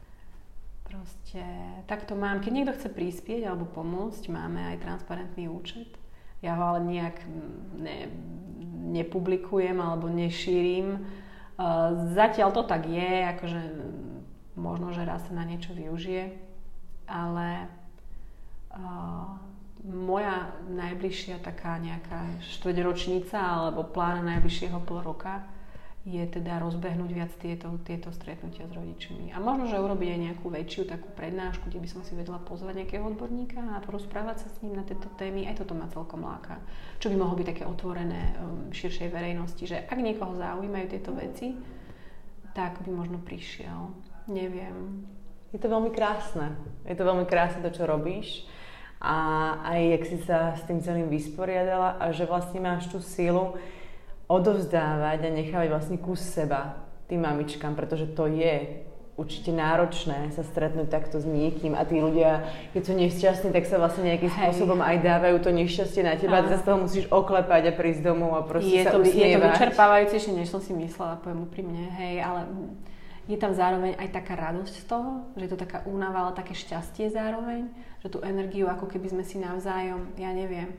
Proste tak to mám. Keď niekto chce prispieť alebo pomôcť, máme aj transparentný účet. Ja ho ale nejak nepublikujem alebo nešírim. Zatiaľ to tak je, akože možno, že raz sa na niečo využije, ale moja najbližšia taká nejaká štvrťročnica alebo plán najbližšieho pol roka je teda rozbehnúť viac tieto stretnutia s rodičmi. A možno, že urobiť aj nejakú väčšiu takú prednášku, kde by som si vedela pozvať nejakého odborníka a porozprávať sa s ním na tieto témy. Aj toto ma celkom láka. Čo by mohlo byť také otvorené širšej verejnosti, že ak niekoho zaujímajú tieto veci, tak by možno prišiel. Neviem. Je to veľmi krásne. Je to veľmi krásne to, čo robíš. A aj jak si sa s tým celým vysporiadala a že vlastne máš tú sílu odovzdávať a nechávať vlastne kus seba tým mamičkám, pretože to je určite náročné sa stretnúť takto s niekým a tí ľudia, keď sú nešťastní, tak sa vlastne nejakým spôsobom aj dávajú to nešťastie na teba a ty sa z toho musíš oklepať a prísť domov a proste sa usmievať. Je to vyčerpávajúcejšie, než som si myslela, poviem úprimne, hej, ale je tam zároveň aj taká radosť z toho, že je to taká únava, ale také šťastie zároveň, že tú energiu ako keby sme si navzájom, ja neviem,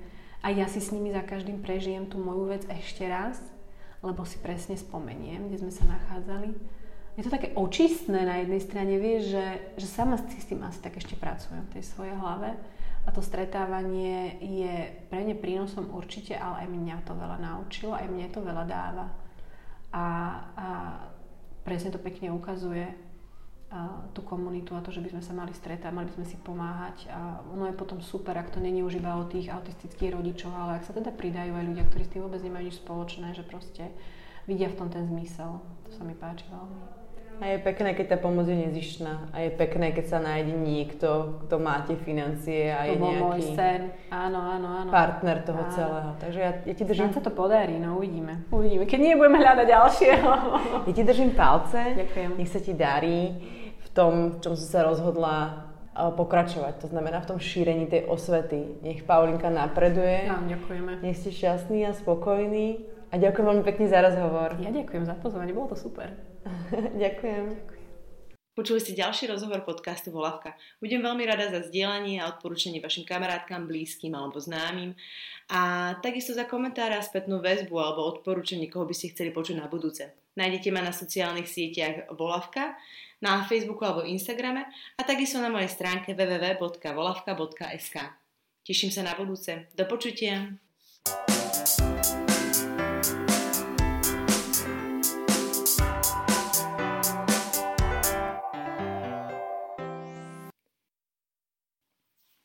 A ja si s nimi za každým prežijem tú moju vec ešte raz, lebo si presne spomeniem, kde sme sa nachádzali. Je to také očistné na jednej strane, vieš, že sama si s tým asi tak ešte pracujem v tej svojej hlave. A to stretávanie je pre mňa prínosom určite, ale aj mňa to veľa naučilo, aj mne to veľa dáva. A presne to pekne ukazuje tú komunitu a to, že by sme sa mali stretať, mali by sme si pomáhať. A ono je potom super, ak to není už iba o tých autistických rodičoch, ale ak sa teda pridajú aj ľudia, ktorí s tým vôbec nemajú nič spoločné, že proste vidia v tom ten zmysel. To sa mi páči veľmi. A je pekné, keď tá pomoc je nezištná. A je pekné, keď sa nájde niekto, kto má tie financie a je nejaký môj sen. Áno. partner toho celého. Takže ja ti držím... Nám sa to podarí, no uvidíme. Keď nie, budeme hľadať ďalšieho. Ja ti držím palce. Ďakujem. Nech sa ti darí v tom, v čom si sa rozhodla pokračovať. To znamená v tom šírení tej osvety. Nech Paulinka napreduje. No, ďakujeme. Nech ste šťastní a spokojní. A ďakujem veľmi pekne za rozhovor. Ja ďakujem za pozvanie, bolo to super. Ďakujem. Počuli ste ďalší rozhovor podcastu Volavka. Budem veľmi rada za zdieľanie a odporúčanie vašim kamarátkam, blízkym alebo známym. A takisto za komentáre a spätnú väzbu alebo odporúčanie, koho by ste chceli počuť na budúce. Nájdete ma na sociálnych sieťach Volavka, na Facebooku alebo Instagrame a takisto na mojej stránke www.volavka.sk. Teším sa na budúce. Do počutia.